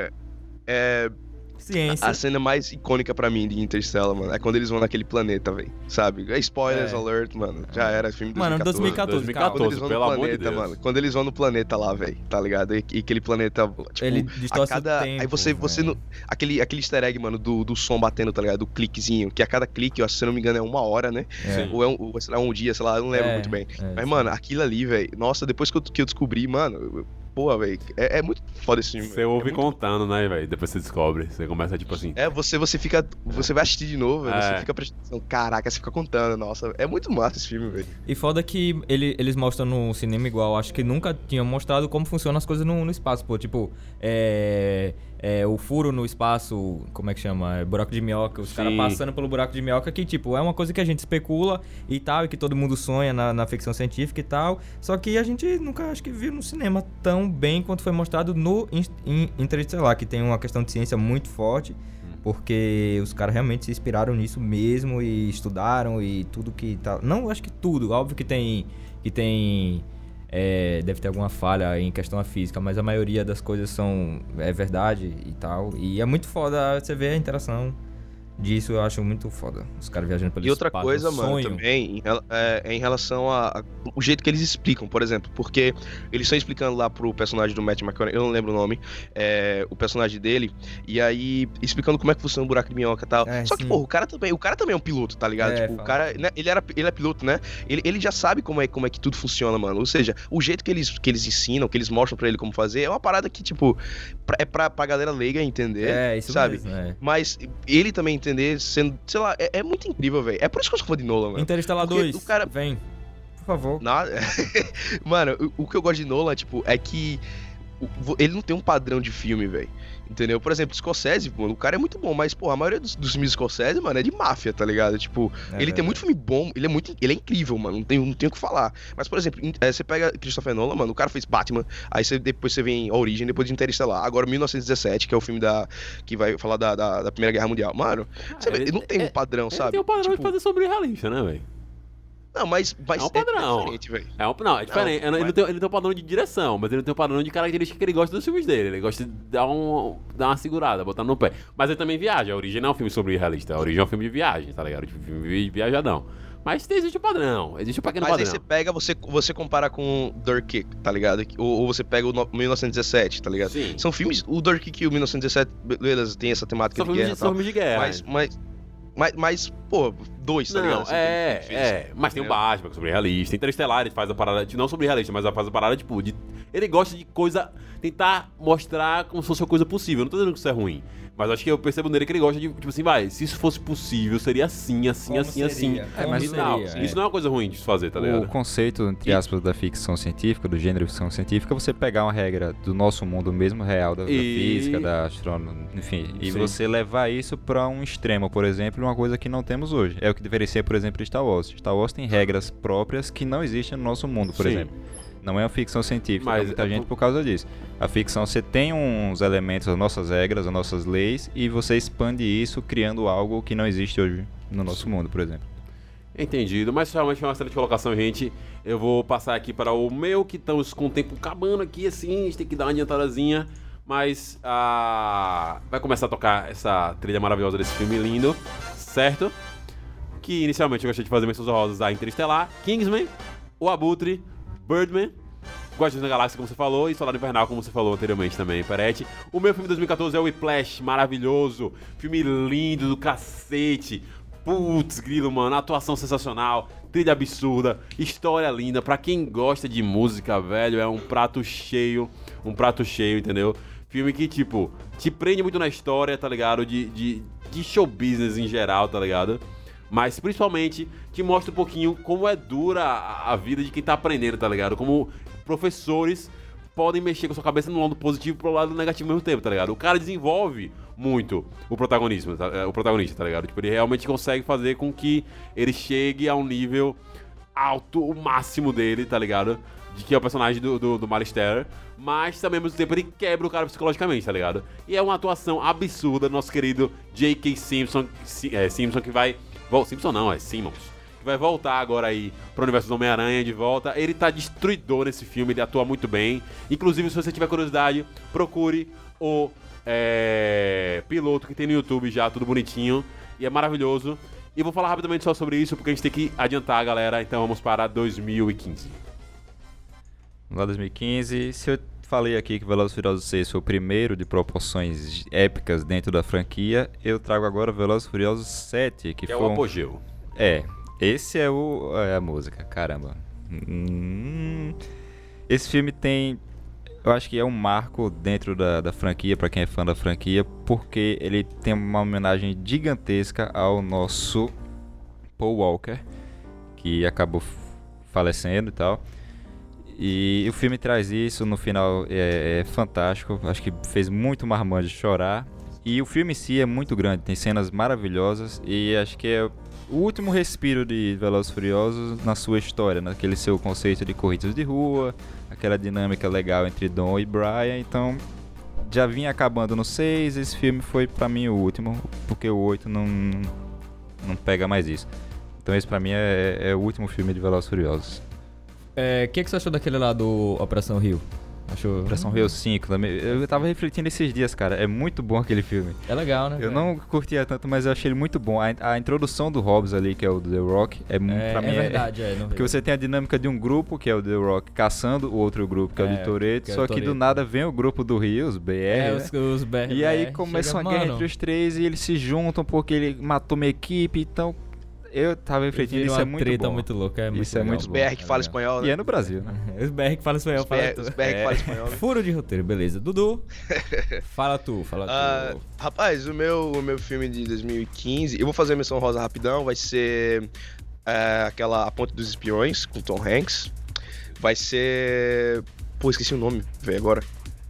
é. Ciência. A cena mais icônica pra mim de Interstellar, mano, é quando eles vão naquele planeta, velho. Sabe? É spoilers É. alert, mano. Já era filme de Mano, dois mil e quatorze. dois mil e quatorze, Quando eles vão pelo no amor de planeta, Deus. mano. Quando eles vão no planeta lá, velho, tá ligado? E, e aquele planeta, tipo, Ele a distorce cada. o tempo, aí você, você velho. no, aquele, aquele easter egg, mano, do, do som batendo, tá ligado? Do cliquezinho. Que a cada clique, ó, se eu não me engano, é uma hora, né? É. Ou é um, ou, sei lá, um dia, sei lá, eu não lembro É, muito bem. é, Mas, sim. mano, aquilo ali, velho. Nossa, depois que eu, que eu descobri, mano. eu- Pô, velho. É, é muito foda esse filme. Você velho. ouve é muito contando, né, velho? Depois você descobre. Você começa, tipo assim... É, você, você fica. Você vai assistir de novo, velho. É. Você fica prestando atenção. Caraca, você fica contando, nossa. É muito massa esse filme, velho. E foda que ele, eles mostram no cinema igual, acho que nunca tinham mostrado como funcionam as coisas no, no espaço, pô. Tipo, é, é, o furo no espaço, como é que chama? É buraco de minhoca, os Sim. caras passando pelo buraco de minhoca, que, tipo, é uma coisa que a gente especula e tal, e que todo mundo sonha na, na ficção científica e tal. Só que a gente nunca, acho que, viu no cinema tão bem quanto foi mostrado no In- In- Interestelar, que tem uma questão de ciência muito forte. Porque os caras realmente se inspiraram nisso mesmo e estudaram e tudo que tá. Não, acho que tudo. Óbvio que tem. Que tem É, deve ter alguma falha em questão da física, mas a maioria das coisas são é verdade e tal. E é muito foda você ver a interação disso, eu acho muito foda. Os caras viajando pelo E outra espaço, coisa, um mano, sonho. também, em, rela- é, é em relação a, a- o jeito que eles explicam, por exemplo, porque eles estão explicando lá pro personagem do Matt McConaughey, eu não lembro o nome, é, o personagem dele, e aí explicando como é que funciona o buraco de minhoca e tal. É, Só que, sim. pô, o cara também, o cara também é um piloto, tá ligado? É, tipo, o fala. cara, né, ele, era, ele é piloto, né? Ele, ele já sabe como é, como é que tudo funciona, mano. Ou seja, o jeito que eles, que eles ensinam, que eles mostram pra ele como fazer, é uma parada que, tipo, pra- é pra, pra galera leiga entender, É, isso sabe? mesmo, é. Mas ele também entender, sendo, sei lá, é, é muito incrível, velho. É por isso que eu sou fã de Nolan, mano. Interestelar Porque dois, o cara- vem. Por favor. Nada. Mano, o, o que eu gosto de Nolan, tipo, é que o- ele não tem um padrão de filme, velho. Entendeu? Por exemplo, Scorsese, mano, o cara é muito bom, mas, pô, a maioria dos, dos filmes de Scorsese, mano, é de máfia, tá ligado? Tipo, É ele verdade. tem muito filme bom, ele é muito, ele é incrível, mano, não tem, não tem o que falar. Mas, por exemplo, em- é, você pega Christopher Nolan, mano, o cara fez Batman, aí você, depois você vem Origem, depois de Interestelar, agora mil novecentos e dezessete, que é o filme da, que vai falar da, da, da Primeira Guerra Mundial. Mano, você vê, ele- não tem é- um padrão, Ele sabe? tem o padrão Tipo, de fazer sobre realista, né, velho? Não, mas, mas É um padrão. diferente, velho. É um, não, é diferente. ele, mas- não tem, ele não tem um padrão de direção, mas ele não tem um padrão de característica que ele gosta dos filmes dele. Ele gosta de dar, um, dar uma segurada, botar no pé. Mas ele também viaja. A Origem não é um filme sobre realista. A Origem é um filme de viagem, tá ligado? Tipo, filme de viajadão. Mas existe o padrão. Existe o pequeno Mas aí padrão. você pega, você, você compara com Dirt Kick, tá ligado? Ou, ou você pega o no- mil novecentos e dezessete, tá ligado? Sim. São filmes, o Dirt Kick e o mil novecentos e dezessete, beleza, tem essa temática São de filmes guerra de, e tal. são filmes de guerra. Mas, mas, mas, mas, pô, dois, tá ligado? Não, Assim, é, tem- tem filmes. é. Mas tem o Entendeu? Batman, que é sobre realista. Interestelar, ele faz a parada, não sobre realista, mas faz a parada, tipo, de... Ele gosta de coisa... Tentar mostrar como se fosse uma coisa possível. Eu não tô dizendo que isso é ruim. Mas acho que eu percebo nele que ele gosta de, tipo assim, vai, se isso fosse possível, seria assim, assim, Como assim, seria? assim. É, mas E seria, não, é. isso não é uma coisa ruim de se fazer, tá ligado? O conceito, entre aspas, da ficção científica, do gênero ficção científica, é você pegar uma regra do nosso mundo mesmo, real, da, da E- física, da astronomia, enfim, e Sim. você levar isso pra um extremo, por exemplo, uma coisa que não temos hoje. É o que diferencia, por exemplo, Star Wars. Star Wars tem regras próprias que não existem no nosso mundo, por Sim. exemplo. Não é uma ficção científica, Mas pra muita é gente por- por causa disso. A ficção, você tem uns elementos, as nossas regras, as nossas leis, e você expande isso criando algo que não existe hoje no nosso mundo, por exemplo. Entendido, mas realmente foi uma excelente colocação, gente. Eu vou passar aqui para o meu, que estamos com o tempo acabando aqui, assim, a gente tem que dar uma adiantadazinha. Mas ah, vai começar a tocar essa trilha maravilhosa desse filme lindo, certo? Que inicialmente eu gostaria de fazer menções honrosas a Interestelar, Kingsman, O Abutre, Birdman, Guardiões da Galáxia, como você falou, e Soldado Invernal, como você falou anteriormente também, Peretti. O meu filme de dois mil e catorze é o Whiplash, maravilhoso, filme lindo do cacete. Putz, grilo, mano, atuação sensacional, trilha absurda, história linda. Pra quem gosta de música, velho, é um prato cheio, um prato cheio, entendeu? Filme que, tipo, te prende muito na história, tá ligado? De, de, de show business em geral, tá ligado? Mas principalmente te mostra um pouquinho como é dura a, a vida de quem tá aprendendo, tá ligado? Como professores podem mexer com a sua cabeça no lado positivo e pro lado negativo ao mesmo tempo, tá ligado? O cara desenvolve muito o protagonismo, tá- é, o protagonista, tá ligado? Tipo, ele realmente consegue fazer com que ele chegue a um nível alto, o máximo dele, tá ligado? De que é o personagem do, do, do Miles Teller, mas também ao mesmo tempo ele quebra o cara psicologicamente, tá ligado? E é uma atuação absurda do nosso querido J K. Simpson, Si- é, Simpson que vai... Vol- Simpson não, é Simmons. Que vai voltar agora aí pro universo do Homem-Aranha de volta. Ele tá destruidor nesse filme, ele atua muito bem. Inclusive, se você tiver curiosidade, procure o é, piloto que tem no YouTube já, tudo bonitinho. E é maravilhoso. E vou falar rapidamente só sobre isso, porque a gente tem que adiantar, galera. Então vamos para dois mil e quinze. Lá dois mil e quinze, se eu falei aqui que Velozes e Furiosos seis foi o primeiro de proporções épicas dentro da franquia, eu trago agora Velozes e Furiosos sete, que, Que é foi o um- apogeu. É, esse é, o, é a música, caramba. Hum, esse filme tem, eu acho que é um marco dentro da, da franquia, pra quem é fã da franquia, porque ele tem uma homenagem gigantesca ao nosso Paul Walker, que acabou f- falecendo e tal. E o filme traz isso, no final é, é fantástico, acho que fez muito Marmanjo chorar. E o filme em si é muito grande, tem cenas maravilhosas e acho que é o último respiro de Velozes e Furiosos na sua história, naquele seu conceito de corridas de rua, aquela dinâmica legal entre Dom e Brian. Então já vinha acabando no seis, esse filme foi pra mim o último, porque o oito não, não pega mais isso. Então esse pra mim é, é o último filme de Velozes e Furiosos. É, o que, que você achou daquele lá do Operação Rio? Achou? Operação Rio cinco também. Eu tava refletindo esses dias, cara. É muito bom aquele filme. É legal, né? Eu cara? não curtia tanto, mas eu achei ele muito bom. A, a introdução do Hobbs ali, que é o The Rock, é, mu- É, pra mim é verdade, é. não Porque vi. você tem a dinâmica de um grupo, que é o The Rock, caçando o outro grupo, que é, o É, de Toretto. que é o Só que do Toretto. nada vem o grupo do Rio, os B R, É, né? os, os B R, E aí é, começa chega, uma guerra mano, entre os três e eles se juntam porque ele matou uma equipe. Então, eu tava refletindo, vira isso é uma muito treta bom. muito louca, é muito Isso é legal. muito Os bom. B R que é falam legal. espanhol, E né? é no Brasil, né? Os B R que falam espanhol, Os fala B R, tu. os B R que É. falam espanhol, né? Furo de roteiro, beleza. Dudu, fala tu, fala tu. Ah, rapaz, o meu, o meu filme de dois mil e quinze, eu vou fazer a menção rosa rapidão, vai ser é, aquela A Ponte dos Espiões, com Tom Hanks. Vai ser... Pô, esqueci o nome, velho, agora.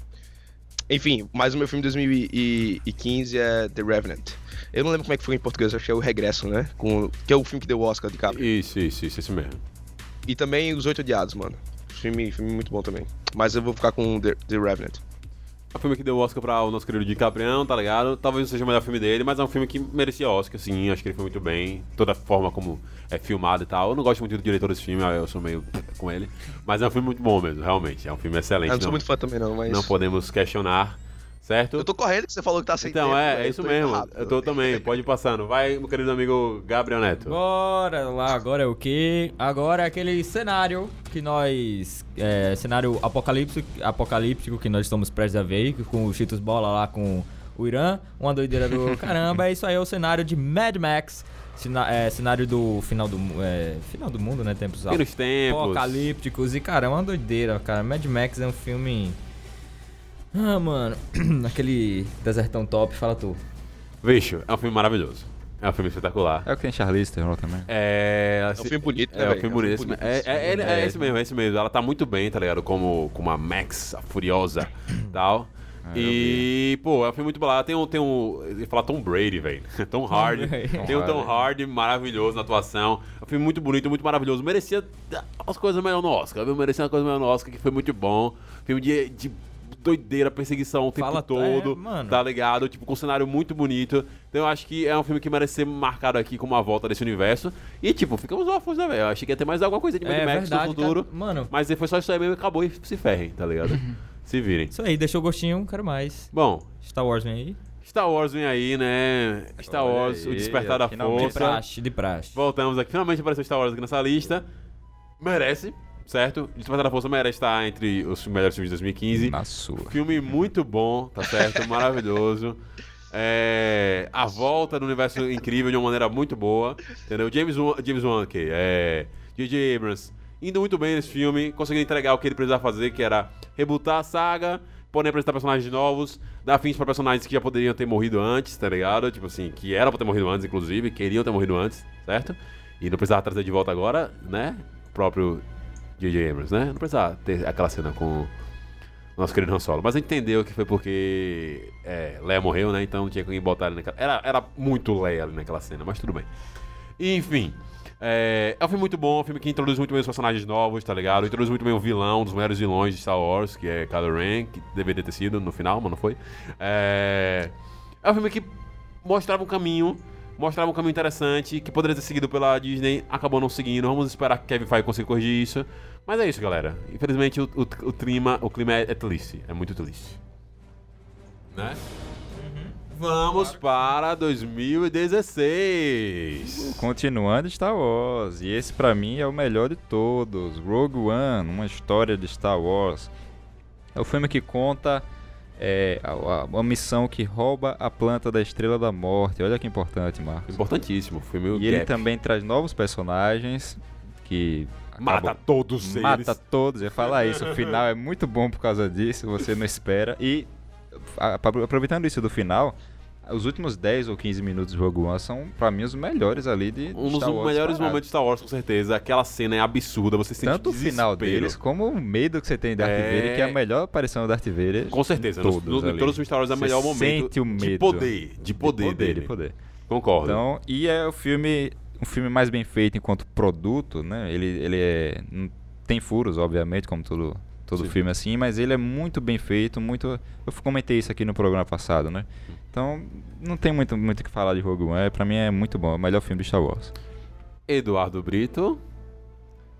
Enfim, mas o meu filme de dois mil e quinze é The Revenant. Eu não lembro como é que foi em português, acho que é O Regresso, né? Com, que é o filme que deu o Oscar de Caprio. Isso, isso, isso, isso mesmo. E também Os Oito Odiados, mano. Filme, filme muito bom também. Mas eu vou ficar com The, The Revenant. É um filme que deu o Oscar pra o nosso querido DiCaprio, tá ligado? Talvez não seja o melhor filme dele, mas é um filme que merecia Oscar, sim. Acho que ele foi muito bem. Toda a forma como é filmado e tal. Eu não gosto muito do diretor desse filme, eu sou meio com ele. Mas é um filme muito bom mesmo, realmente. É um filme excelente. Eu não sou não, muito fã também não, mas... não podemos questionar, certo? Eu tô correndo que você falou que tá sem Então, tempo. é, velho, é eu isso tô mesmo. indo rápido. Eu tô também, pode ir passando. Vai, meu querido amigo Gabriel Neto. Bora lá, agora é o quê? Agora é aquele cenário que nós... É, cenário apocalíptico, apocalíptico que nós estamos prestes a ver, com o Cheetos Bola lá com o Irã. Uma doideira do caramba. É isso aí, é o cenário de Mad Max. Cena, é, cenário do final do, é, final do mundo, né? Tempos Fim dos tempos. apocalípticos. E, cara, é uma doideira, cara. Mad Max é um filme... Ah, mano. Aquele desertão top, fala tu. Bicho, é um filme maravilhoso. É um filme espetacular. É o que tem Charlize Theron também. É, É um filme bonito, né, É, um velho? filme É um bonito. filme esse mesmo. É, é, ele- é esse mesmo, é esse mesmo. Ela tá muito bem, tá ligado? Como, como a Max, a Furiosa e tal. Ah, eu E, pô, é um filme muito bom. Lá tem um. Tem um eu ia falar Tom Brady, velho. Tom Hardy. Brady. Tem um Tom Tom Hardy maravilhoso na atuação. É um filme muito bonito, muito maravilhoso. Merecia as coisas melhor no Oscar, viu? Merecia uma coisa melhor no Oscar, que foi muito bom. Filme de. de doideira, perseguição o tempo Fala- todo, é, mano. tá ligado? Tipo, com um cenário muito bonito. Então eu acho que é um filme que merece ser marcado aqui como a volta desse universo. E, tipo, ficamos órfãos, né, velho? Eu achei que ia ter mais alguma coisa de Mad É Max verdade, no futuro. cara. Mano, Mas foi só isso aí mesmo e acabou e se ferrem, tá ligado? Se virem. isso aí, deixou gostinho, quero mais. Bom, Star Wars vem aí. Star Wars vem aí, né? Star Olha Wars, aí, o Despertar da finalmente. De Força. praxe, de praxe. Voltamos aqui. Finalmente apareceu Star Wars aqui nessa lista. Merece, certo? Despertar da Força merece estar entre os melhores filmes de dois mil e quinze. Na sua. Filme muito bom, tá certo? Maravilhoso. É, a volta do universo incrível de uma maneira muito boa. Entendeu? James Wan, James Wan que é J J Abrams, indo muito bem nesse filme, conseguindo entregar o que ele precisava fazer, que era rebootar a saga, porém apresentar personagens novos, dar fins pra personagens que já poderiam ter morrido antes, tá ligado? Tipo assim, que era pra ter morrido antes, inclusive, queriam ter morrido antes, certo? E não precisava trazer de volta agora, né? O próprio J J Abrams, né? Não precisava ter aquela cena com o nosso querido Han Solo. Mas a gente entendeu que foi porque é, Leia morreu, né? Então não tinha quem botar ali naquela... Era, era muito Leia ali naquela cena, mas tudo bem. Enfim... É, é um filme muito bom, um filme que introduz muito bem os personagens novos, tá ligado? Introduz muito bem o vilão, um dos maiores vilões de Star Wars, que é Kylo Ren, que deveria ter sido no final, mas não foi. É, é um filme que mostrava um caminho, mostrava um caminho interessante, que poderia ter seguido pela Disney, acabou não seguindo. Vamos esperar que Kevin Feige consiga corrigir isso. Mas é isso, galera. Infelizmente o, o, o, clima, o clima é, é triste, é muito triste. Né? Vamos para dois mil e dezesseis. Continuando Star Wars, e esse pra mim é o melhor de todos, Rogue One, uma história de Star Wars. É o filme que conta é, a, a, uma missão que rouba a planta da Estrela da Morte. Olha que importante, Marcos. Importantíssimo, foi meu E ele gap. também traz novos personagens que Mata acabam- todos eles. Mata todos, eu ia falar isso. O final é muito bom por causa disso, você não espera. E a- aproveitando isso do final, os últimos dez ou quinze minutos de Rogue One são, pra mim, os melhores ali de Um dos Star Wars melhores disparado. momentos de Star Wars, com certeza. Aquela cena é absurda, você sente Tanto o final desespero. deles, como o medo que você tem de Darth É. Vader, que é a melhor aparição do Darth Vader. Com certeza, de nos- todos no- em ali. todos os Star Wars é o Você melhor momento sente o de medo. poder, de poder, de poder, dele. de poder. Concordo. Então, e é o filme, um filme mais bem feito enquanto produto, né? Ele, ele é, não tem furos, obviamente, como todo, todo Sim. filme assim, mas ele é muito bem feito, muito... Eu comentei isso aqui no programa passado, né? Então, não tem muito muito o que falar de Rogue One, pra mim é muito bom, é o melhor filme de Star Wars. Eduardo Brito.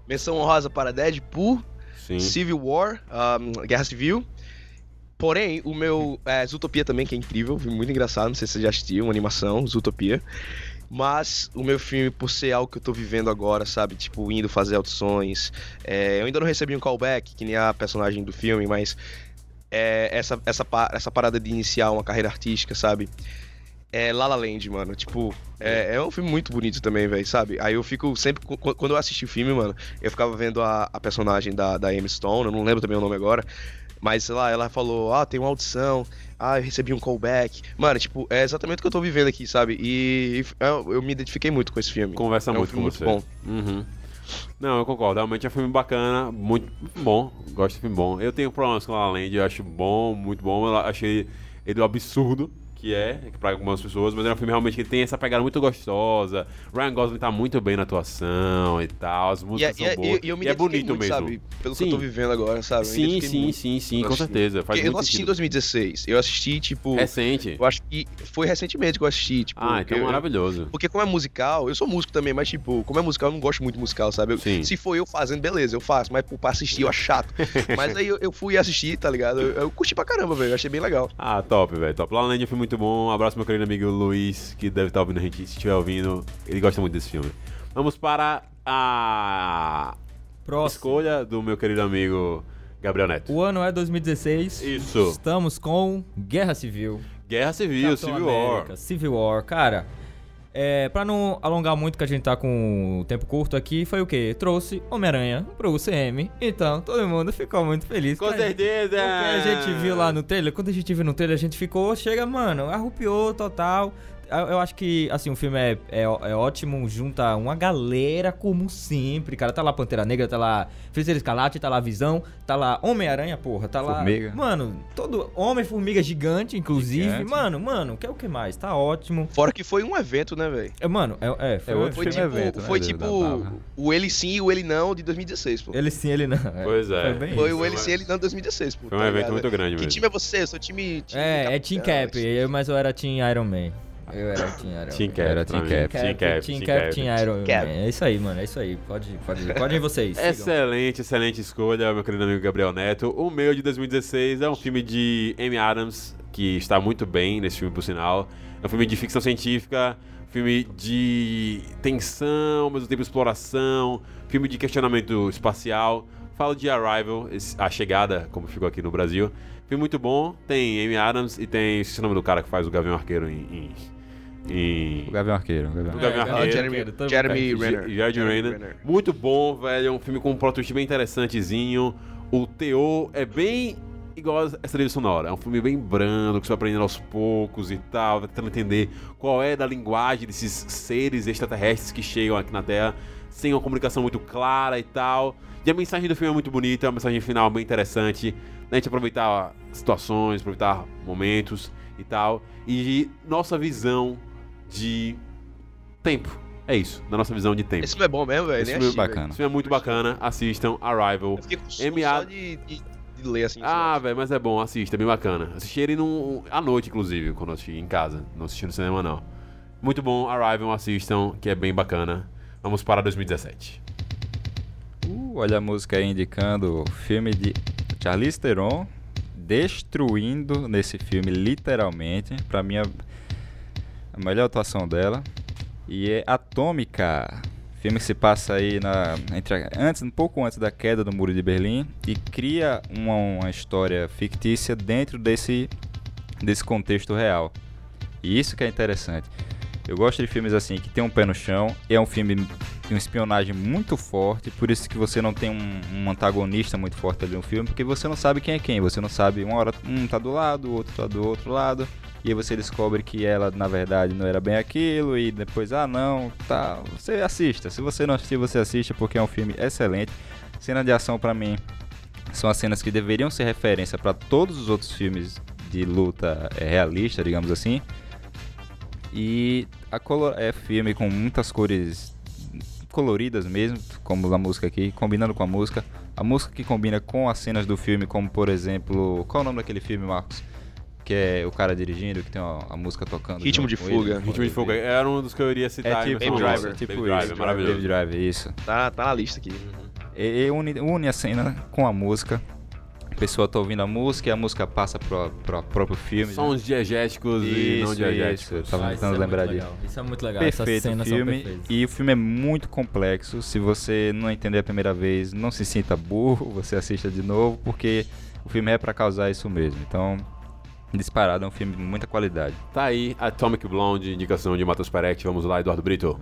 menção honrosa para Deadpool, Sim. Civil War, um, Guerra Civil. Porém, o meu é, Zootopia também, que é incrível, filme muito engraçado, não sei se você já assistiu, uma animação, Zootopia. Mas o meu filme, por ser algo que eu tô vivendo agora, sabe, tipo, indo fazer audições, é, eu ainda não recebi um callback, que nem a personagem do filme, mas é, essa, essa, essa parada de iniciar uma carreira artística, sabe, é La La Land, mano, tipo, é, é um filme muito bonito também, velho, sabe, aí eu fico sempre, quando eu assisti o filme, mano, eu ficava vendo a, a personagem da, da Emma Stone, eu não lembro também o nome agora, mas, sei lá, ela falou, ah, tem uma audição, ah, eu recebi um callback. Mano, tipo, é exatamente o que eu tô vivendo aqui, sabe? E eu, eu me identifiquei muito com esse filme. Conversa é um muito filme com muito você. bom. Uhum. Não, eu concordo. Realmente é um filme bacana, muito bom. Gosto de filme bom. Eu tenho problemas com La La Land, eu acho bom, muito bom. Eu achei ele um absurdo, que é, pra algumas pessoas, mas é um filme realmente que tem essa pegada muito gostosa. Ryan Gosling tá muito bem na atuação e tal, as músicas E, são e, boas. e, e eu me e é identifiquei bonito muito, mesmo. sabe? Pelo Sim. que eu tô vivendo agora, sabe? Eu me Sim, identifiquei sim, muito. sim, sim, com Eu assisti. certeza. Faz Porque eu muito não assisti em sentido. dois mil e dezesseis. Eu assisti, tipo... Recente. Eu acho que foi recentemente que eu assisti, tipo... Ah, então eu, maravilhoso. Porque como é musical, eu sou músico também, mas tipo, como é musical, eu não gosto muito de musical, sabe? Eu, Sim. se for eu fazendo, beleza, eu faço, mas pô, pra assistir eu acho chato. Mas aí eu, eu fui assistir, tá ligado? Eu, eu curti pra caramba, velho, eu achei bem legal. Ah, top, velho, top. La La Land foi muito bom. Um abraço pro meu querido amigo Luiz, que deve estar ouvindo a gente. Se estiver ouvindo, ele gosta muito desse filme. Vamos para a Próximo. escolha do meu querido amigo Gabriel Neto. O ano é dois mil e dezesseis. Isso. Estamos com Guerra Civil. Guerra Civil, Capitão Civil América, War. Civil War, cara. É, pra não alongar muito, que a gente tá com o tempo curto aqui, foi o quê? Trouxe Homem-Aranha pro U C M. Então, todo mundo ficou muito feliz. Com que a gente- certeza! O que a gente viu lá no trailer, quando a gente viu no trailer, a gente ficou, chega, mano, arrupiou total. Eu, eu acho que, assim, o filme é, é, é ótimo, junta uma galera, como sempre, cara. Tá lá Pantera Negra, tá lá Feiticeiro Escarlate, tá lá Visão, tá lá Homem-Aranha, porra, tá lá... Formiga. Mano, todo... Homem-Formiga gigante, inclusive. Gigante. Mano, mano, quer o que mais? Tá ótimo. Fora que foi um evento, né, velho? É, mano, é, é, foi, É outro Foi filme tipo, evento, né, foi da- tipo da Marvel. o ele sim e o ele não de dois mil e dezesseis, pô. Ele sim, ele não. É, Pois é. Foi bem Foi isso. o ele sim, ele não de dois mil e dezesseis, pô. Foi um tá evento ligado? muito grande Que mesmo. time é você? Eu sou time... time É, é Team Capitão, Cap, eu, mas eu era Team Iron Man. Eu era Team Iron Team Man. Cap. Era pra Team mim. Cap. Team Cap. Team Cap, Team Iron Cap. Man. É isso aí, mano, é isso aí. Pode, pode, pode ir vocês. sigam. Excelente, excelente escolha, meu querido amigo Gabriel Neto. O meu de dois mil e dezesseis é um filme de Amy Adams, que está muito bem nesse filme, por sinal. É um filme de ficção científica, filme de tensão, ao mesmo tempo exploração, filme de questionamento espacial. Falo de Arrival, esse- A Chegada, como ficou aqui no Brasil. Filme muito bom, tem Amy Adams e tem, esqueci o nome do cara que faz o Gavião Arqueiro em... em, em... O Gavião Arqueiro. O Gavião O Arqueiro. Gavião É, Arqueiro. Jeremy- Jeremy, todo mundo Jeremy cai. Renner. J- Jeremy Renner. Muito bom, velho. É um filme com um plot twist bem interessantezinho. O teor é bem igual a essa trilha sonora. É um filme bem brando, que você vai aprendendo aos poucos e tal, vai tentando entender qual é da linguagem desses seres extraterrestres que chegam aqui na Terra sem uma comunicação muito clara e tal. E a mensagem do filme é muito bonita, é uma mensagem final bem interessante. A gente aproveitar situações, aproveitar momentos e tal. E nossa visão de tempo. É isso, da nossa visão de tempo. Esse filme é bom mesmo, velho. Esse Nem filme é assisti, velho. bacana. Esse filme é muito bacana, assistam Arrival. Eu fiquei com sono M A só de, de, de ler, assim. Ah, assim. velho, mas é bom, assista, é bem bacana. Assisti ele num, à noite, inclusive, quando eu assisti em casa. Não assisti no cinema, não. Muito bom, Arrival, assistam, que é bem bacana. Vamos para dois mil e dezessete. Uh, olha a música aí indicando o filme de Charlize Theron destruindo nesse filme, literalmente. Pra mim, a, a melhor atuação dela. E é Atômica. Filme que se passa aí na, entre a- antes, um pouco antes da queda do Muro de Berlim e cria uma, uma história fictícia dentro desse, desse contexto real. E isso que é interessante. Eu gosto de filmes assim, que tem um pé no chão. É um filme de uma espionagem muito forte, por isso que você não tem um, um antagonista muito forte ali no filme, porque você não sabe quem é quem. Você não sabe, uma hora um tá do lado, o outro tá do outro lado. E aí você descobre que ela, na verdade, não era bem aquilo. E depois, ah não, tá. Você assista. Se você não assistir, você assiste, porque é um filme excelente. Cena de ação, pra mim, são as cenas que deveriam ser referência pra todos os outros filmes de luta é, realista, digamos assim. E a color é filme com muitas cores coloridas mesmo, como na música aqui, combinando com a música. A música que combina com as cenas do filme, como por exemplo, qual é o nome daquele filme, Marcos? Que é o cara dirigindo, que tem a, a música tocando. Ritmo junto de com ele. Fuga. Ritmo de Fogo era um dos que eu iria citar. É tipo, mas Baby não, Driver. tipo Baby isso, Driver, maravilhoso. Baby Driver, isso. Tá, tá na lista aqui. E, e une, une a cena com a música. A pessoa tá ouvindo a música e a música passa pro, pro próprio filme. Sons diegéticos e não diegéticos. Isso, tava Ah, isso tentando é lembrar muito disso. legal. Isso é muito legal. Perfeito Essas cenas o são filme. perfeitas. E o filme é muito complexo. Se você não entender a primeira vez, não se sinta burro, você assista de novo, porque o filme é pra causar isso mesmo. Então, disparado, é um filme de muita qualidade. Tá aí, Atomic Blonde, indicação de Matheus Peretti. Vamos lá, Eduardo Brito.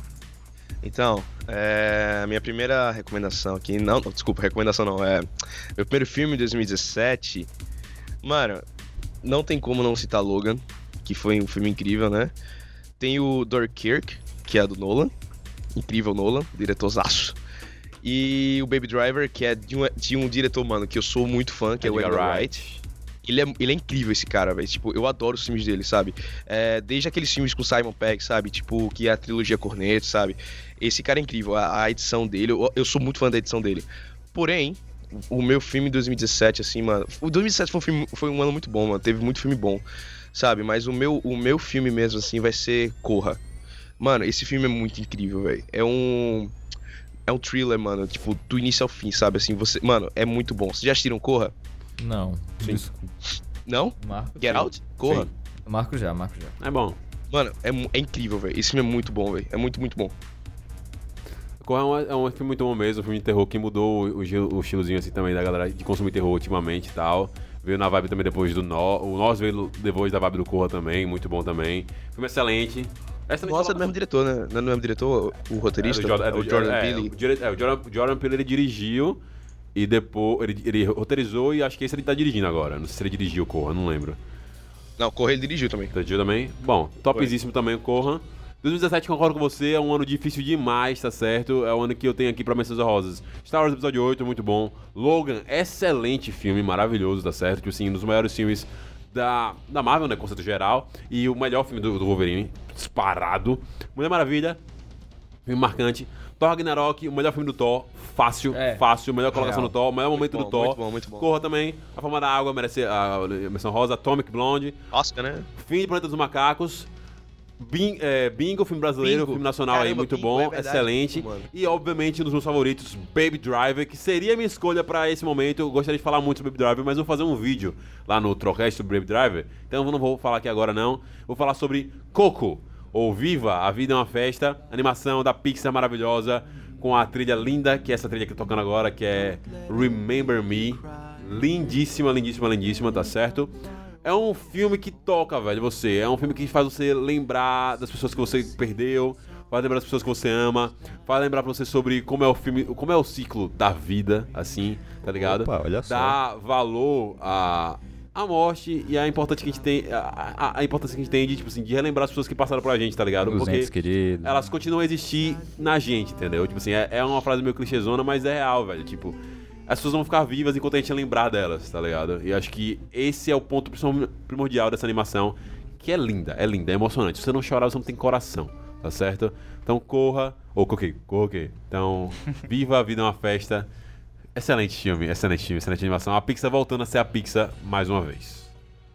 Então, é, a minha primeira recomendação aqui, não, desculpa, recomendação não, é meu primeiro filme de dois mil e dezessete, mano, não tem como não citar Logan, que foi um filme incrível, né? Tem o Dunkirk, que é do Nolan, incrível Nolan, diretorzaço, e o Baby Driver, que é de um, de um diretor, mano, que eu sou muito fã, que é o Edgar Wright. Ele é, ele é incrível, esse cara, velho. Tipo, eu adoro os filmes dele, sabe? É, desde aqueles filmes com o Simon Pegg, sabe? Tipo, que é a trilogia Cornetto, sabe? Esse cara é incrível. A, a edição dele, eu, eu sou muito fã da edição dele. Porém, o meu filme de dois mil e dezessete, assim, mano... O dois mil e dezessete foi um, filme, foi um ano muito bom, mano. Teve muito filme bom, sabe? Mas o meu, o meu filme mesmo, assim, vai ser Corra. Mano, esse filme é muito incrível, velho. É um... É um thriller, mano. Tipo, do início ao fim, sabe? Assim, você... Mano, é muito bom. Vocês já assistiram Corra? Não. Sim. Não? Marco, Get sim. Out? Corra? Sim. Marco já, Marco já. É bom. Mano, é, mu- é incrível, velho. Esse filme é muito bom, velho. É muito, muito bom. Corra é um, é um filme muito bom mesmo, um filme de terror que mudou o, o, o estilozinho assim também da galera de consumir terror ultimamente e tal. Veio na vibe também depois do Nó. O Nós veio depois da vibe do Corra também, muito bom também. Filme excelente. Excelente Nossa, é do mesmo diretor, né? Não é do mesmo diretor, o roteirista? É do Jordan, é do, o Jordan é, Peele. o dire- é, o Jordan, Jordan Peele ele dirigiu e depois ele, ele roteirizou e acho que esse ele tá dirigindo agora. Não sei se ele dirigiu o Corra, não lembro. Não, Corra ele dirigiu também. Dirigiu também? Bom, topzíssimo também o Corra. dois mil e dezessete, concordo com você, é um ano difícil demais, tá certo? É o ano que eu tenho aqui pra Menções Rosas. Star Wars Episódio oito, muito bom. Logan, excelente filme, maravilhoso, tá certo? Tipo assim, um dos maiores filmes da, da Marvel, né, conceito geral. E o melhor filme do, do Wolverine, disparado. Mulher Maravilha, filme marcante. Thor Ragnarok, o melhor filme do Thor, fácil, É. fácil, melhor colocação Real. do Thor, melhor momento bom, do Thor. muito bom, muito bom. Corra também, A Forma da Água, merece a menção rosa. Atomic Blonde, Oscar, né? Fim de Planeta dos Macacos. Bin- é, Bingo, filme brasileiro, Bingo. filme nacional aí, Caramba, muito Bingo, bom, é verdade, excelente. Bingo, mano. E obviamente um dos meus favoritos, Baby Driver, que seria a minha escolha pra esse momento. Eu gostaria de falar muito sobre Baby Driver, mas vou fazer um vídeo lá no Trocast sobre Baby Driver. Então eu não vou falar aqui agora não. Vou falar sobre Coco, ou Viva, A Vida é uma Festa, animação da Pixar maravilhosa, com a trilha linda, que é essa trilha que tá tocando agora, que é Remember Me. Lindíssima, lindíssima, lindíssima, tá certo? É um filme que toca, velho, você. É um filme que faz você lembrar das pessoas que você perdeu, faz lembrar das pessoas que você ama, faz lembrar pra você sobre como é o filme, como é o ciclo da vida, assim, tá ligado? Opa, olha só. Dá valor à, à morte e a importância que a gente tem, a, a, a importância que a gente tem de, tipo assim, de relembrar as pessoas que passaram pela gente, tá ligado? Os Porque entes queridos. elas continuam a existir na gente, entendeu? Tipo assim, é, é uma frase meio clichêzona, mas é real, velho. Tipo, as pessoas vão ficar vivas enquanto a gente lembrar delas, tá ligado? E acho que esse é o ponto primordial dessa animação, que é linda, é linda, é emocionante. Se você não chorar, você não tem coração, tá certo? Então corra, ou coquei, corra o quê? Então, Viva a Vida é uma Festa. Excelente filme, excelente filme, excelente animação. A Pixar voltando a ser a Pixar mais uma vez.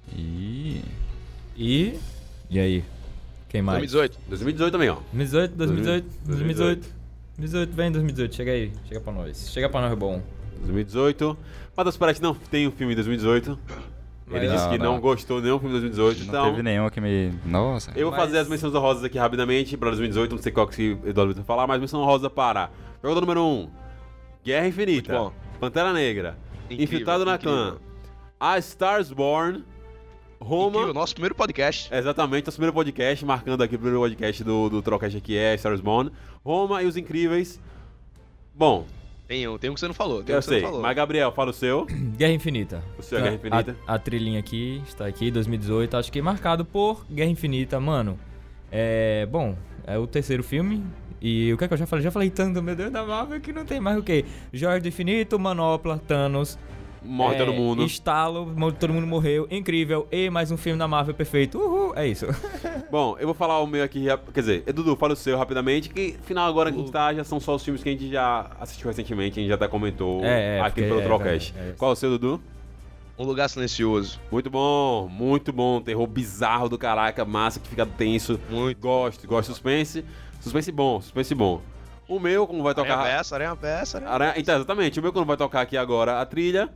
E... E... E aí? Quem mais? dois mil e dezoito. dois mil e dezoito também, ó. dois mil e dezoito, dois mil e dezoito, dois mil e dezoito. dois mil dois mil e dezoito, vem dois mil e dezoito, chega aí, chega pra nós. Chega pra nós, bom. dois mil e dezoito. Matheus Peretti não tem um filme em dois mil e dezoito. Ele Mas- disse Não, que não, não. gostou de nenhum filme de dois mil e dezoito. Não Então, teve nenhum que me... Nossa. eu vou Mas- fazer as menções honrosas aqui rapidamente para dois mil e dezoito. Não sei qual que o Eduardo vai falar, mas menção honrosa para jogador número um, Guerra Infinita, Muito bom. Pantera Negra, Incrível, Infiltrado na incrível. Clã, A Stars Born, Roma. Incrível, nosso primeiro podcast. Exatamente, nosso primeiro podcast, marcando aqui o primeiro podcast do, do Trocast aqui é Stars Born, Roma e Os Incríveis. Bom, Tem um, tem um que você não falou. Tem eu um que você sei, não falou. mas Gabriel, fala o seu. Guerra Infinita. O seu é Guerra Infinita. A, a trilhinha aqui, está aqui, dois mil e dezoito, acho que marcado por Guerra Infinita, mano. É, bom, é o terceiro filme. E o que é que eu já falei? Já falei tanto, meu Deus, da Marvel que não tem mais o quê? Joias do Infinito, Manopla, Thanos. Morre é, todo mundo. Estalo, mo- todo mundo morreu, incrível. E mais um filme da Marvel perfeito. Uhul, é isso. Bom, eu vou falar o meu aqui, rap- quer dizer, Dudu, fala o seu rapidamente, que final agora que a gente tá, já são só os filmes que a gente já assistiu recentemente, a gente já até comentou É, é, aqui porque pelo é, Trocast. é, é. Qual é o seu, Dudu? Um Lugar Silencioso. Muito bom, muito bom, terror bizarro do caraca, massa, que fica tenso. Muito. Gosto, gosto de suspense, suspense bom, suspense bom. O meu, como vai tocar... Aranha-Verso, Aranha-Verso, Aranha-Verso. Aranha... Então, exatamente. O meu, como vai tocar aqui agora a trilha...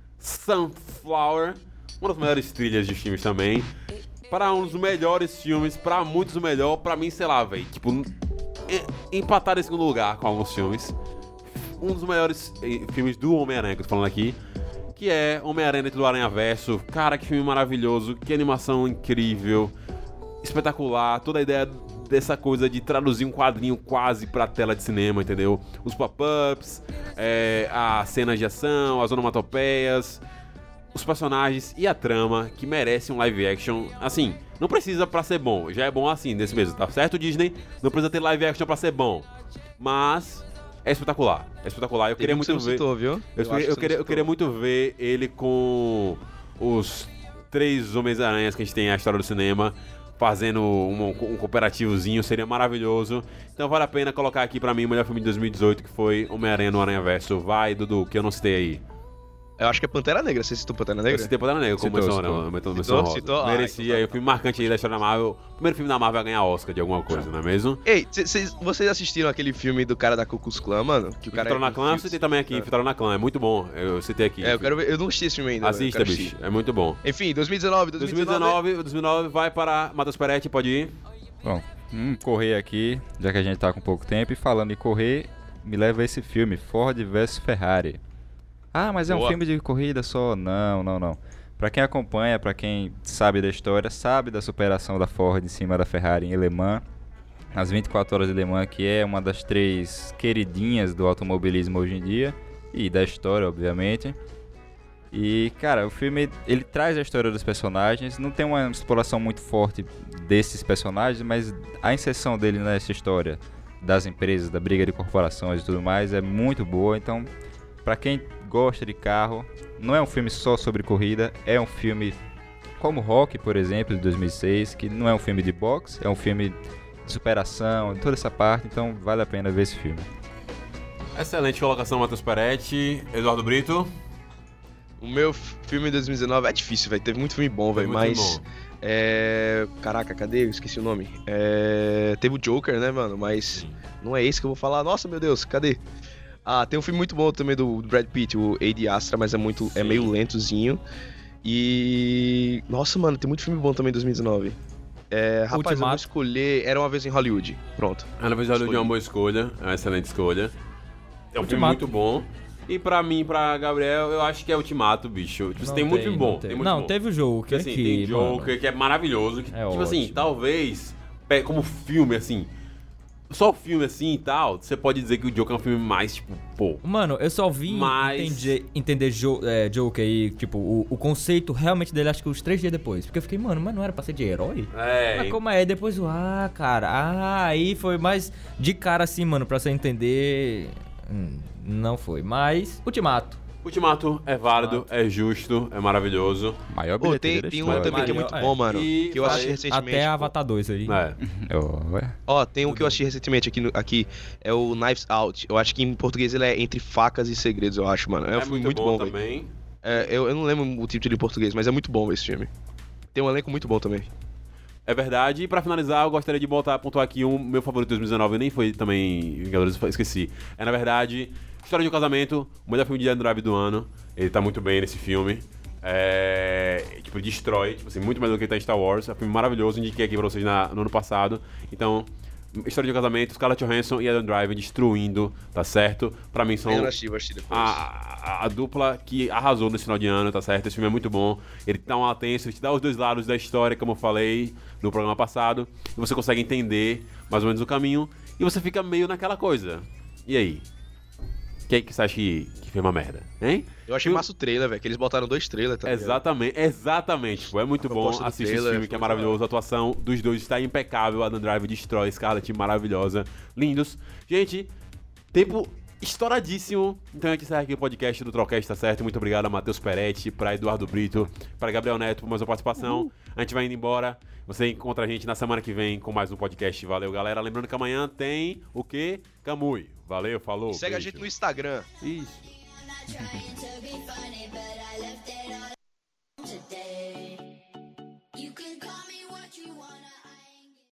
Sunflower. Uma das melhores trilhas de filmes também. Para um dos melhores filmes, para muitos o melhor. Pra mim, sei lá, velho. Tipo, empatar em segundo lugar com alguns filmes. Um dos melhores filmes do Homem-Aranha que eu tô falando aqui. Que é Homem-Aranha dentro do Aranha-Verso. Cara, que filme maravilhoso. Que animação incrível. Espetacular. Toda a ideia dessa coisa de traduzir um quadrinho quase pra tela de cinema, entendeu? Os pop-ups, é, as cenas de ação, as onomatopeias, os personagens e a trama que merece um live action. Assim, não precisa pra ser bom, já é bom assim, desse mesmo, tá certo, Disney? Não precisa ter live action pra ser bom, mas é espetacular, é espetacular. Eu queria muito ver... Citou, viu? Eu, eu, eu, eu, queria, eu queria muito ver ele com os três Homens-Aranhas que a gente tem na história do cinema, fazendo um, um cooperativozinho, seria maravilhoso. Então vale a pena colocar aqui pra mim o melhor filme de dois mil e dezoito, que foi Homem-Aranha no Aranha-Verso. Vai, Dudu, que eu não citei aí. Eu acho que é Pantera Negra. Você citou Pantera Negra? Eu citei Pantera Negra como menção, né? Menção rosa. Citou? Merecia, Ah, aí o filme marcante aí da história da Marvel. O primeiro filme da Marvel a ganhar Oscar de alguma coisa, não é mesmo? Ei, cê, cê, vocês assistiram aquele filme do cara da Ku Klux Klan, mano? Que o cara Infiltrado é na Clã, eu citei também aqui, Infiltrado na Clã, é muito bom. Eu citei aqui. É, eu quero ver. Eu não assisti esse filme ainda. Assista, eu quero bicho, assistir. é muito bom. Enfim, dois mil e dezenove, dois mil e dezenove. dois mil e dezenove, dois mil e dezenove vai para Matheus Peretti, pode ir. Bom, vamos correr aqui, já que a gente tá com pouco tempo. E falando em correr, me leva a esse filme, Ford versus Ferrari. Ah, mas é um Boa. filme de corrida só? Não, não, não. Pra quem acompanha, pra quem sabe da história, sabe da superação da Ford em cima da Ferrari em Le Mans, as vinte e quatro horas de Le Mans, que é uma das três queridinhas do automobilismo hoje em dia, e da história, obviamente. E, cara, o filme, ele traz a história dos personagens, não tem uma exploração muito forte desses personagens, mas a inserção dele nessa história das empresas, da briga de corporações e tudo mais, é muito boa. Então, pra quem gosta de carro, não é um filme só sobre corrida, é um filme como Rocky, por exemplo, de dois mil e seis, que não é um filme de boxe, é um filme de superação, toda essa parte, então vale a pena ver esse filme. Excelente colocação, Matheus Peretti. Eduardo Brito. O meu f- filme de dois mil e dezenove é difícil, velho. Teve muito filme bom, velho, Muito mas... bom. É... Caraca, cadê? Eu esqueci o nome. É... Teve o Joker, né, mano? Mas não é esse que eu vou falar. Nossa, meu Deus, cadê? Ah, tem um filme muito bom também do Brad Pitt, o Ad Astra, mas é muito, é Sim. meio lentozinho. E... Nossa, mano, tem muito filme bom também em dois mil e dezenove. É, rapaz, eu vou Ultimato. escolher Era Uma Vez em Hollywood. Pronto. Ana Vez de Hollywood é uma Escolhi. boa escolha, é uma excelente escolha. É um filme Ultimato. muito bom. E pra mim, pra Gabriel, eu acho que é Ultimato, bicho. Tipo, Não tem muito filme bom. Não, Tem teve. muito Não, bom. teve o jogo, que Assim, aqui, tem mano. Joker, que é maravilhoso. Que, É tipo assim, ótimo. talvez, pe- como filme, assim, só o filme assim e tal, você pode dizer que o Joker é um filme mais, tipo, pô. Mano, eu só vim Mas- entender, entender jo é, Joker aí, tipo, o, o conceito realmente dele, acho que uns três dias depois. Porque eu fiquei, mano, mas não era pra ser de herói? É, Mas como é? Aí depois, o ah, cara, ah, aí foi mais de cara assim, mano, pra você entender. Hum, não foi. Mas, Ultimato. Ultimato é válido, é justo, é maravilhoso. Maior Pô, tem, bilheteria da tem um história. também que é Mario, muito é. bom, mano. E Que eu vai- assisti recentemente. Até pô. Avatar dois aí. É. Oh, é. Ó, tem um que eu assisti recentemente aqui, no- aqui, é o Knives Out. Eu acho que em português ele é Entre Facas e Segredos, eu acho, mano. É um É filme muito, muito bom, bom, velho. também. É, eu, eu não lembro o título em português, mas é muito bom esse filme. Tem um elenco muito bom também. É verdade. E pra finalizar, eu gostaria de botar, pontuar aqui um meu favorito de dois mil e dezenove, nem foi também Vingadores, esqueci. É, na verdade, História de um Casamento, o melhor filme de Dan Drive do ano. Ele tá muito bem nesse filme. É, tipo, destrói, tipo assim, muito mais do que ele tá em Star Wars. É um filme maravilhoso, indiquei aqui pra vocês na- no ano passado. Então, História de um Casamento, Scarlett Johansson e Adam Driver destruindo, tá certo? Pra mim são Eu não assisti, vou assistir depois. a, a, a dupla que arrasou nesse final de ano, tá certo? Esse filme é muito bom. Ele dá um atenso, ele te dá os dois lados da história, como eu falei no programa passado. E você consegue entender mais ou menos o caminho. E você fica meio naquela coisa. E aí? Quem é que você acha que, que fez uma merda? Hein? Eu achei filme- massa o trailer, velho, que eles botaram dois trailers, tá ligado? Exatamente, exatamente. Pô, é muito A bom proposta do assistir esse trailer filme que é foi maravilhoso. A atuação dos dois está impecável. Adam Driver destrói, Scarlett maravilhosa. Lindos. Gente, tempo estouradíssimo. Então a gente encerra aqui o podcast do Trocast, tá certo? Muito obrigado a Matheus Peretti, para Eduardo Brito, para Gabriel Neto por mais uma participação. A gente vai indo embora. Você encontra a gente na semana que vem com mais um podcast. Valeu, galera. Lembrando que amanhã tem o quê? Camui. Valeu, falou. Segue a beijo. gente no Instagram. Isso. Trying to be funny.